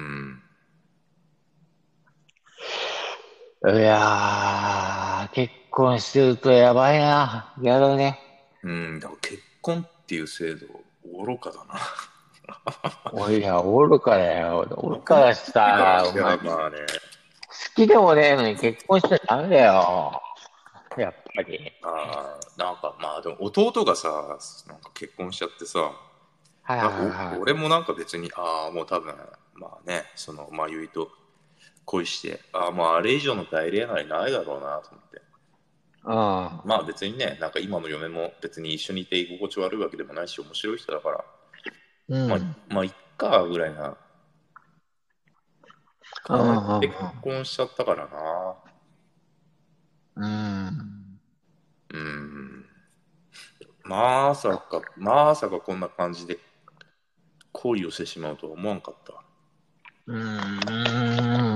いやー、結婚してるとやばいな。やだね。 うん、だから結婚っていう制度、愚かだな。 おいや、愚かだよ。愚かだしだから、 さ、 いや、 お前、好まあね。 きでもねえのに結婚しちゃダメだよ。やっぱり。 なんかまあでも弟がさ、なんか結婚しちゃってさ、 はいはいはい。 俺もなんか別に、もう多分、まあね、その、まゆいと恋して、もうあれ以上の大恋愛ないだろうなと思って。 うん。はまあ別にね、なんか今の嫁も別に一緒にいて居心地悪いわけでもないし、面白い人だから、まあ、 うん。 まあ、いっか、ぐらいなうん。 感じで結婚しちゃったからな。 うん。うん。 うん。まさかこんな感じで恋をしてしまうとは思わんかった。 うん。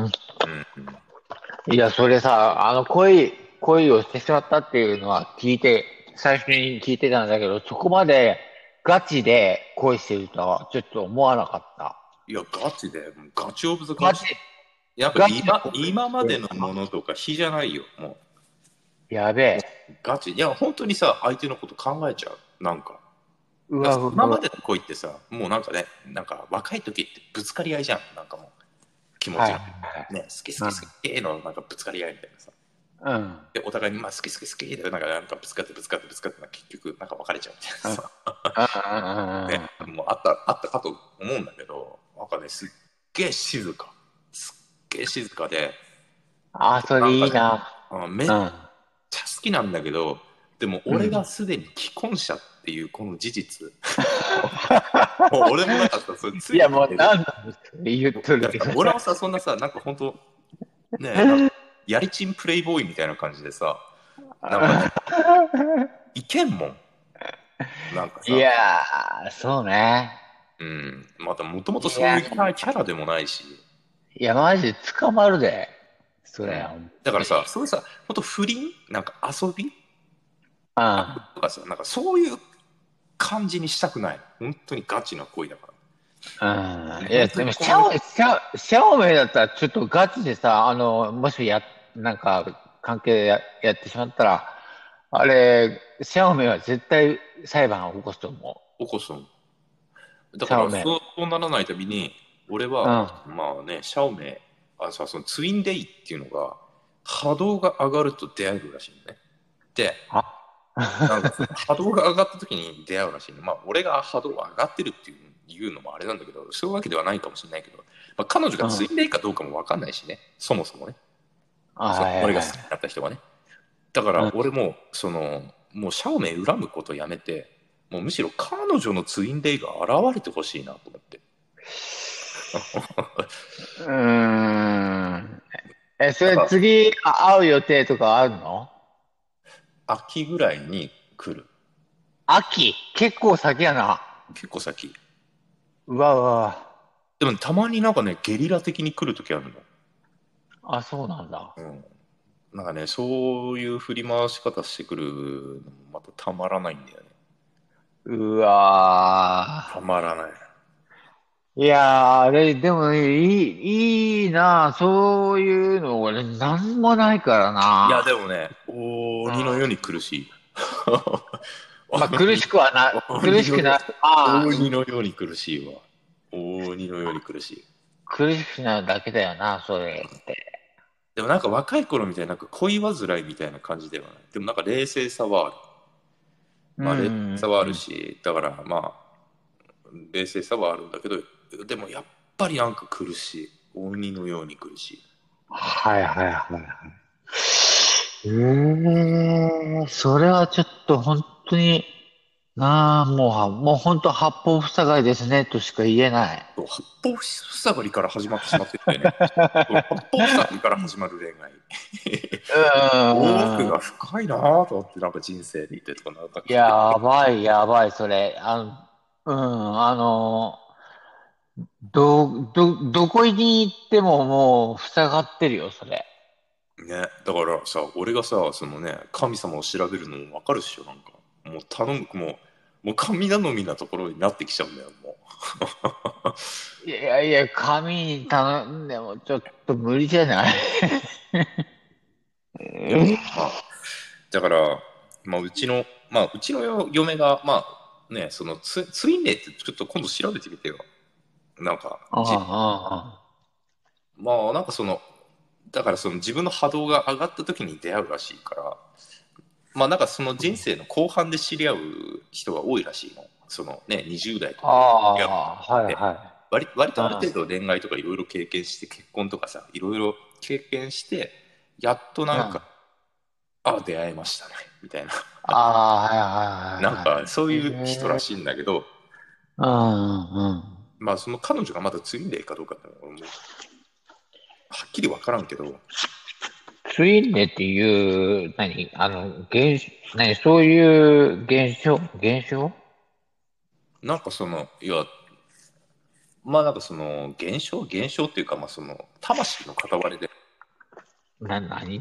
うん。 いや、それさ、恋をしてしまったっていうのは最初に聞いてたんだけど、そこまでガチで恋してるとはちょっと思わなかった。 いや、ガチで、もうガチオブザガチ。 ガチ、 やっぱガチで恋今までのしてるの？ ものとか比じゃないよ。もやべえ。 うガチ。いや、本当にさ、相手のこと考えちゃう。なんか。 うわうわ。 今までの恋ってさ、もうなんかね、なんか若い時ってぶつかり合いじゃん。なんかもう気持はいはちの。 いはい。 ね、好き好き好きのなんかぶつかり合いみたいなさ。 うん。うん。 で、お互いにまあ好き好き好きでなんかぶつかってぶつかってぶつかって結局なんか別れちゃうみたいなさ。ね、もうあったかと思うんだけど、なんかね、すっげえ静か。すっげえ静かで、 あ、それなんかね、 いいな。 めっうん。 ちゃ好きなんだけど、でも俺がうん。 すでに既婚者っていうこの事実、もう俺もなんかさ、それついや、 いてもう何なんですか言っとるけど。 俺はさ、そんなさ、なんか本当ね、なんかやりちんプレイボーイみたいな感じでさ、なんかね、いけんもん。なんかさ、 いやー、そうね。 うん。またもともといや、 そういうキャラでもないし。 いや、マジで捕まるで。それ、 うん。 本だからさ、 当に。 それさ、ほんと不倫なんか遊びうん。 とかさ、なんかそういう感じにしたくない。本当にガチな恋だから。 うん。いや、 本当でも、 にこの、 シャオメイだったら、ちょっとガチでさ、もしなんか、関係やってしまったら、あれ、シャオメイは絶対裁判を起こすと思起こすの。 う。 だからシャオメイ。 そうならないたびに、俺は、 うん。 まあね、シャオメイ、そのツインデイっていうのが、波動が上がると出会えるらしいのね。で、 あ、 なんかその波動が上がった時に出会うらしいの。まあ、俺が波動が上がってるっていうのもあれなんだけど、そういうわけではないかもしれないけど、まあ、彼女がうん。 ツインデイかどうかもわかんないしね、そもそもね。 はいはいはい。 俺が好きになった人がね。だかうん。 ら俺も、もうシャオメイ恨むことやめて、もうむしろ彼女のツインデイが現れてほしいなと思って。 うーん。それなんか、 次会う予定とかあるの？ 秋ぐらいに来る。 秋結構先やな。 結構先。 うわうわ。 でもたまになんかね、ゲリラ的に来るときあるの。 あ、そうなんだ。 うん。なんかね、そういう振り回し方してくるのもまたたまらないんだよね。 うわたまらない。 ー。いやー、あれ、でもいいなそういうの俺なんもないからいや、 な。 でもね、 うん。 鬼のように苦しい。 まあ、苦しくはな、苦鬼のよしくな、まあ、 鬼のように苦しいわ。鬼のように苦しい。 苦しくなるだけだよな、それって。 でもなんか若い頃みたいな、なんか恋煩いみたいな感じではない。でもなんか冷静さはある。 うまあ冷静ん。 さはあるし、だからまあ、冷静さはあるんだけど、でもやっぱりなんか苦しい。鬼のように苦しい。 はいはいはいはい。それはちょっと本当に、もう本当八方塞がりですね、としか言えない。 そう八方塞がりから始まってしまっててね。そう八方塞がりから始まる恋愛。奥が深いなぁと思って、なんか人生でいてとか、なんか聞いてる。 やばい、やばい、それ。どこに行ってももう塞がってるよ、それ。 ね、だからさ、俺がさ、そのね、神様を調べるのもわかるっしょ、なんか。もう頼む、もう神頼みなところになってきちゃうんだよ、もいやいや、神に頼んでもちょっと無理じゃない？ う。でも、まあ、だから、うちの嫁が、まあ、ね、そのツインレイってちょっと今度調べてみてよ。なんか、 ああ、 まあ、なんかだからその自分の波動が上がった時に出会うらしいから、まあなんかその人生の後半で知り合う人が多いらしいの。そのね、20代とかで知り合うああ、はいで、 は割とある程い。 度恋愛とかいろいろ経験して、結婚とかさ、いろいろ経験して、やっとうん。 なんか、 うん。 出会えましたね、みたいな。 ああ、 なんかそうはいはいはいはい。 いう人らしいんだけど、 うん、うん。 まあその彼女がまだツインレイかどうかってのはもうはっきりわからんけど、 ツインネっていう、そういう現象。 なんかいや、まあなんか現象っていうか、まあ魂の片割れで、 何？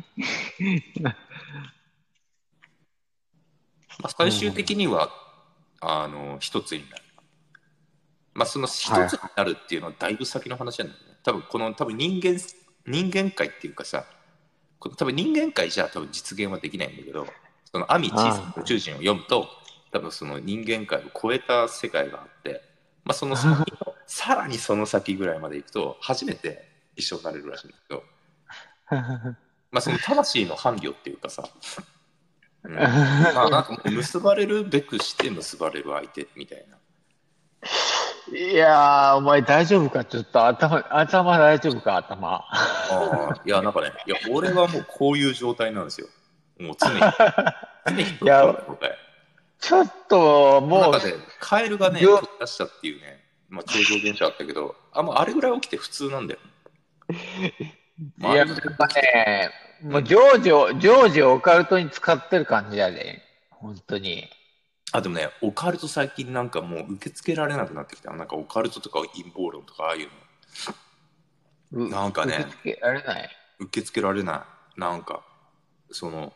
まあ最終的には、一つになる。まあその一はい。 つになるっていうのはだいぶ先の話なんだよね。多分人間界っていうかさ、多分人間界じゃ多分実現はできないんだけど、そのアミ小さな宇宙人を読むと、多分その人間界を超えた世界があって、まあその先の、さらにその先ぐらいまで行くと、初めて一緒になれるらしいんだけど、まあその魂の伴侶っていうかさ、うん、まあなんかもう結ばれるべくして結ばれる相手みたいな。 いやー、お前大丈夫か？ちょっと頭大丈夫か？頭。 いやなんかね、いや俺はもうこういう状態なんですよ。もう常にいや、 こう状態。 ちょっと、もう、 その中でカエルがね、 じょ、 飛び出したっていうね、まあ超常現象あったけど、もうあれぐらい起きて普通なんだよ。まあいや、 あれなんぐらい起きて、 かね、もううん。 常時オカルトに使ってる感じやで。本当に。 あ、でもね、オカルト最近なんかもう受け付けられなくなってきた。なんかオカルトとか陰謀論とかああいうの。なんかね、 受け付けられない。 受け付けられない。その、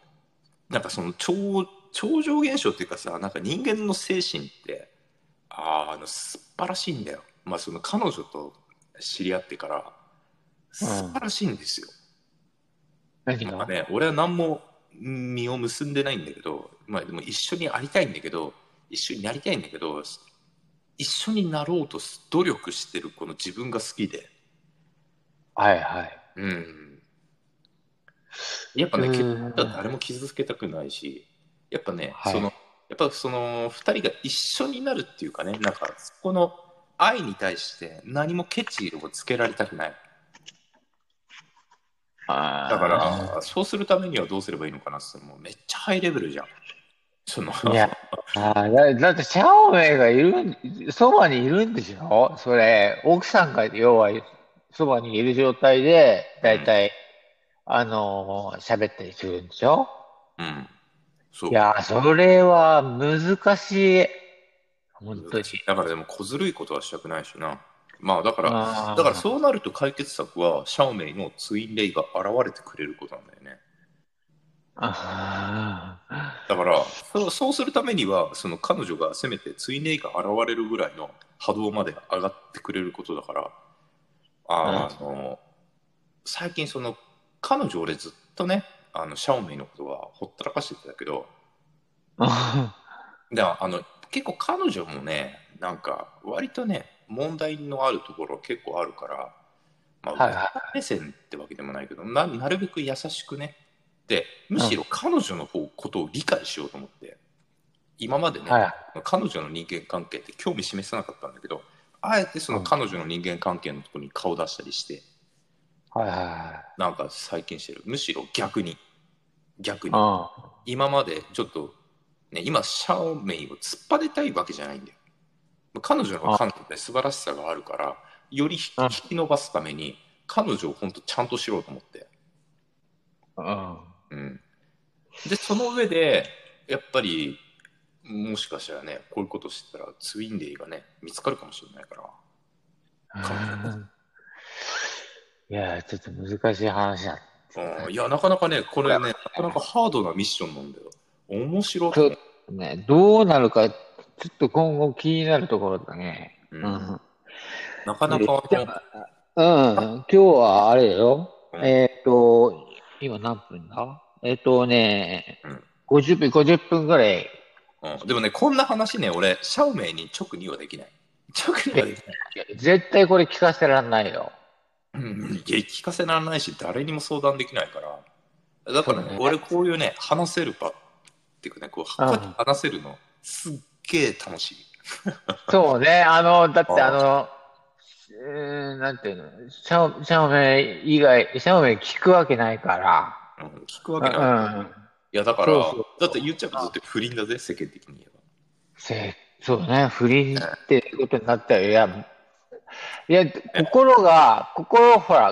超常現象っていうかさ、なんか人間の精神って、素晴らしいんだよ。まあその彼女と知り合ってから素晴らしいんですよ。 何が？ なんかね、俺は何も実を結んでないんだけど、まあでも一緒にありたいんだけど、一緒になりたいんだけど、一緒になろうと努力してるこの自分が好きで、 はいはい。 うん。やっぱうね、結ーん。 局は誰も傷つけたくないし、やっぱね、 はい。 やっぱその二人が一緒になるっていうかね、なんかそこの愛に対して何もケチをつけられたくない。だかあら、そうするためにはどうすればいいのかなって言ったら、もうめっちゃハイレベルじゃん。そのいや、だってシャオメイがそばにいるんでしょそれ、奥さんが要はそばにいる状態で、 うん、 だいたい、喋ったりするんでしょ？ うん、そう。 いや、それは難しい。本当に。 難しい。だからでも小ずるいことはしたくないしな。まあだからそうあなると解決策は、シャオメイのツインレイが現れてくれることなんだよね。 あ、 だからそうするためには、その彼女がせめてツインレイが現れるぐらいの波動まで上がってくれることだから、 うん。 あの、最近その、彼女俺ずっとね、シャオメイのことはほったらかしてたけど、で結構彼女もね、なんか割とね、問題のあるところ結構あるから、まあ上かはいはら目線ってわけでもないけど、なるべく優しくね。で、むい。うん。 しろ彼女のことを理解しようと思って、今までね、 はいはい。 彼女の人間関係って興味示さなかったんだけど、あえてそうん。 の彼女の人間関係のところに顔出したりして、 はいはなんか最近してる。むしろ逆に。 い今までちょっと、ね、今、シャオメイを突っ張りたいわけじゃないんだよ。彼女のはい。 彼女で素晴らしさがあるから、よりうん。うん。 引き伸ばすために、彼女を本当ちゃんとしろうと思って。 うん。 うん。で、その上で、やっぱり、もしかしたらね、こういうことしてたら、ツインレイがね、見つかるかもしれないから、彼女いや、ちょっと難しい話だ。 いや、なかなかね、これね、なかなかハードなミッションなんだよ。面白いちょっと思とね、どうなるか、ちょっと今後気になるところだね。 う。うん。 うん。 なかなかうん、今日はあれよ。 うん、 今何分だ？ うん、 50分ぐらい。 うん。でもね、こんな話ね、俺、シャオメイに直にはできない。直にはできない。 絶対これ聞かせらんないよ。 うん、いや聞かせられないし、誰にも相談できないから。だからね、 そうね。 俺こういうね、話せる場っていうかね、 うこうやってん。 話せるの、すっげえ楽しい。 そうね。だってああ、 なんていうの、シャオメイ以外、シャオメイ聞くわけないかうん、聞くわけない。 ら。うん。 いや、だから、 そうそうだってそう。 言っちゃうとずっと不倫だぜ、世間的に言そうね。不倫えば。 ってことになったら、いや、 ねねほら、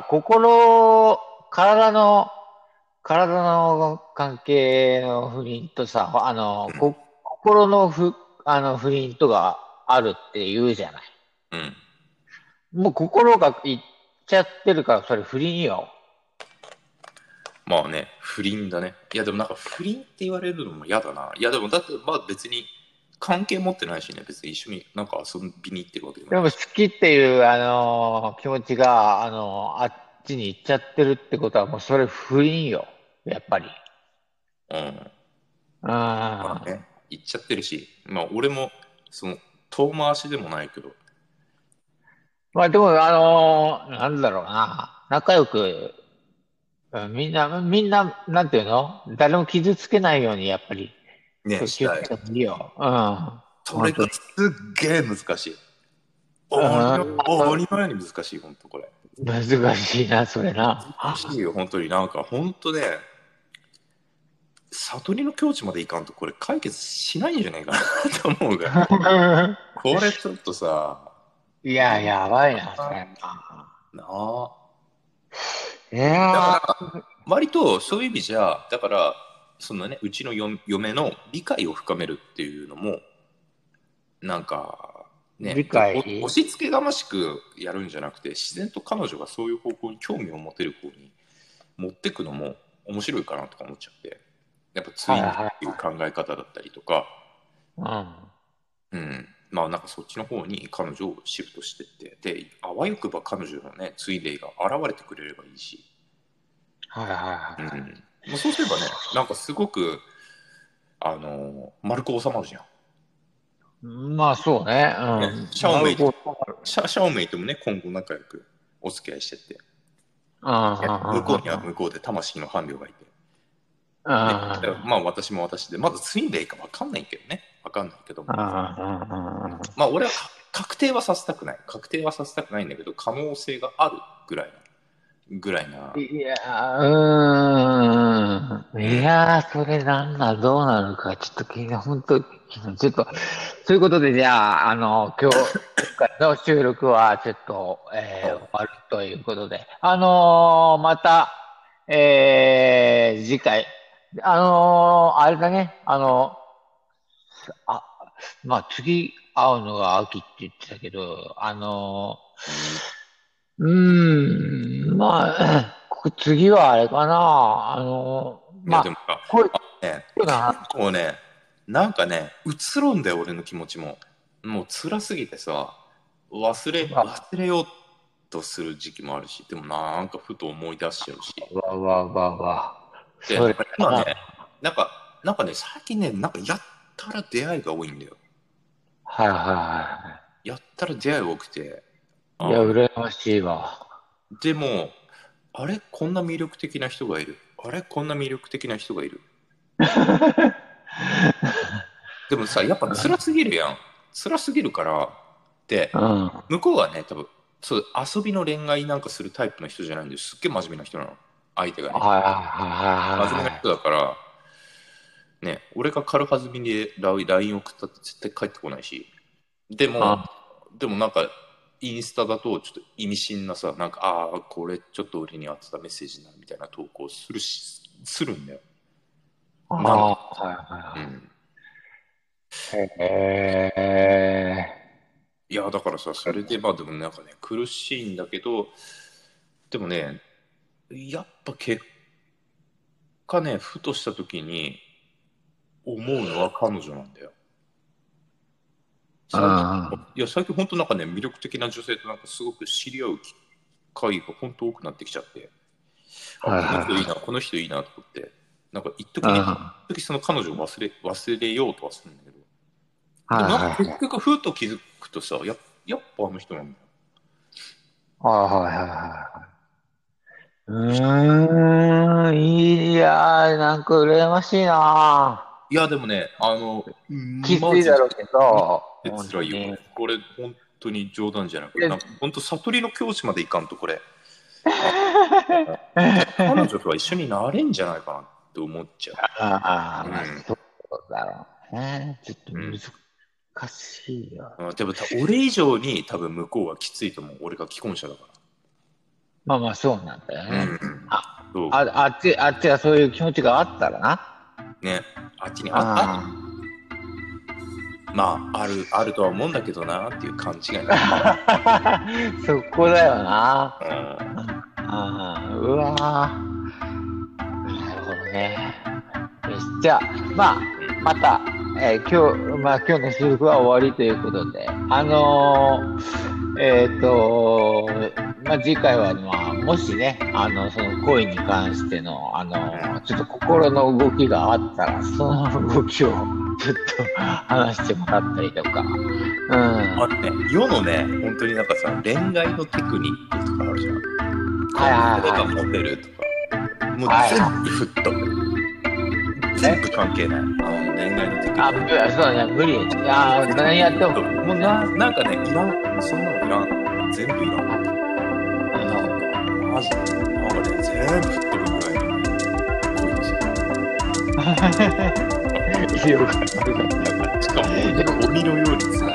体の関係の不倫とさ、心の不倫とかあるって言うじゃない。 うん。 もう心がいっちゃってるから、それ不倫よ。 まあね、不倫だね。いや、でもなんか不倫って言われるのも嫌だな。いや、でもだってまあ別に関係持ってないしね、別に一緒になんか遊びに行ってるわけでもでも好ないし。 きっていう、気持ちが、あっちに行っちゃってるってことは、もうそれ不倫よ。やっぱり。 うん。 うん。 まあね、 ま行っちゃってるし、まあ俺も、遠回しでもないけど、 あでも、なんだろうな。仲良く、みんな、なんていうの誰も傷つけないように、やっぱり、 ね、したい。 気をつけた方がいいよ。うん。 それが本当に。 すっげえ難しい。 うん。 鬼のように難しい、ほんとこれ。 難しいな、それな。 難しいよ、本当に。なんか本当ね、悟りの境地までいかんとこれ解決しないんじゃないかなと思うが。これちょっとさ、 いや、やばいな、それ。 なあ。 いやだから、割とそういう意味じゃ、だから、そのね、うちの嫁の理解を深めるっていうのも、 なんかね、 理解押し付けがましくやるんじゃなくて、自然と彼女がそういう方向に興味を持てる方に持ってくのも面白いかなとか思っちゃって、やっぱツインっていう考え方だったりとか、まあなんかそっちの方に彼女をシフトしてって、であわよくば彼女のねツインレイが現れてくれればいいし、もうそうすればね、なんかすごく丸く収まるじゃん。 まあそうね。 シャオメイともね、今後仲良くお付き合いしてて、向こうには向こうで魂の伴侶がいて、まあ私も私で、まだツインレイか分かんないけどね、分かんないけども、まあ俺は確定はさせたくないんだけど、可能性があるぐらいな。いやそれどうなるか、ちょっと本当、ちょっと、そういうことで、じゃあ、今回の収録は、ちょっと、終わるということで、また、次回、あれだね、まあ、次会うのが秋って言ってたけど、まあ、次はあれかな、 まあ、でも結構ね、なんかね、移ろんだよ、俺の気持ちも。もう辛すぎてさ、忘れようとする時期もあるし、でもなんかふと思い出しちゃうし。で、今ね、なんかね、最近ね、なんかやったら出会いが多いんだよ。やったら出会い多くて。 いや、羨ましいわ。 でも、あれこんな魅力的な人がいる。でもさ、やっぱ辛すぎるやん。辛すぎるから、で、向こうはね、多分そう遊びの恋愛なんかするタイプの人じゃないんです。すっげえ真面目な人なの。相手がね。真面目な人だから、ね、俺が軽はずみで LINE 送ったって絶対返ってこないし。でもなんか、インスタだとちょっと意味深なさ、なんか、これちょっと俺に合ってたメッセージなみたいな投稿するんだよ。いや、だからさ、それでまあでもなんかね、苦しいんだけど、でもね、やっぱ結果ね、ふとした時に思うのは彼女なんだよ。最近本当なんかね、魅力的な女性となんかすごく知り合う機会が本当多くなってきちゃって、この人いいなと思って、なんか一時その彼女を忘れようとはするんだけど、でもなんか結局ふと気づくとさ、やっぱあの人なんだよ。いやなんか羨ましいな。 いや、でもね、 きついだろうけど、 辛いよ。これ、本当に冗談じゃなくて、なんか本当、悟りの境地までいかんと、これ。彼女とは一緒になれんじゃないかなって思っちゃう。 そうだろうね。ちょっと難しいよ。 でも、俺以上に多分向こうはきついと思う。俺が既婚者だから。 まあ、そうなんだよね。あっちがそういう気持ちがあったらな。 ね、あっちにあったまあ、あるとは思うんだけどなっていう勘違いそこだよな。うわなるほどね。よし、じゃあ、また、今日の収録は終わりということで、次回は、もしね、その恋に関しての、ちょっと心の動きがあったら、その動きをちょっと話してもらったりとか。 世のね、本当になんかさ、恋愛のテクニックとかあるじゃん。これがモテるとか、もう全部吹っ飛ぶ。全部関係ない。恋愛のテクニック。 そうね、無理。何やっても。 もうなんかね、いらん。そんなのいらん。全部いらん。マジで。なんかね、全部吹っ飛ぶぐらいの恋ですよ。しかも、鬼のようにさ。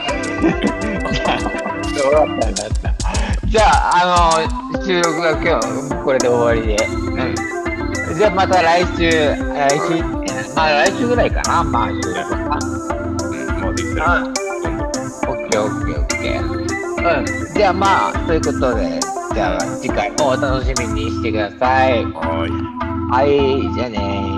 そうだった。じゃあ、収録が今日これで終わりで。じゃあまた来週ぐらいかな。収録は。 まあできたら。 ケーオッケーオッケー。うん。じゃあまあ、ということで、じゃあ次回もお楽しみにしてください。 はい。 はい、じゃあねー。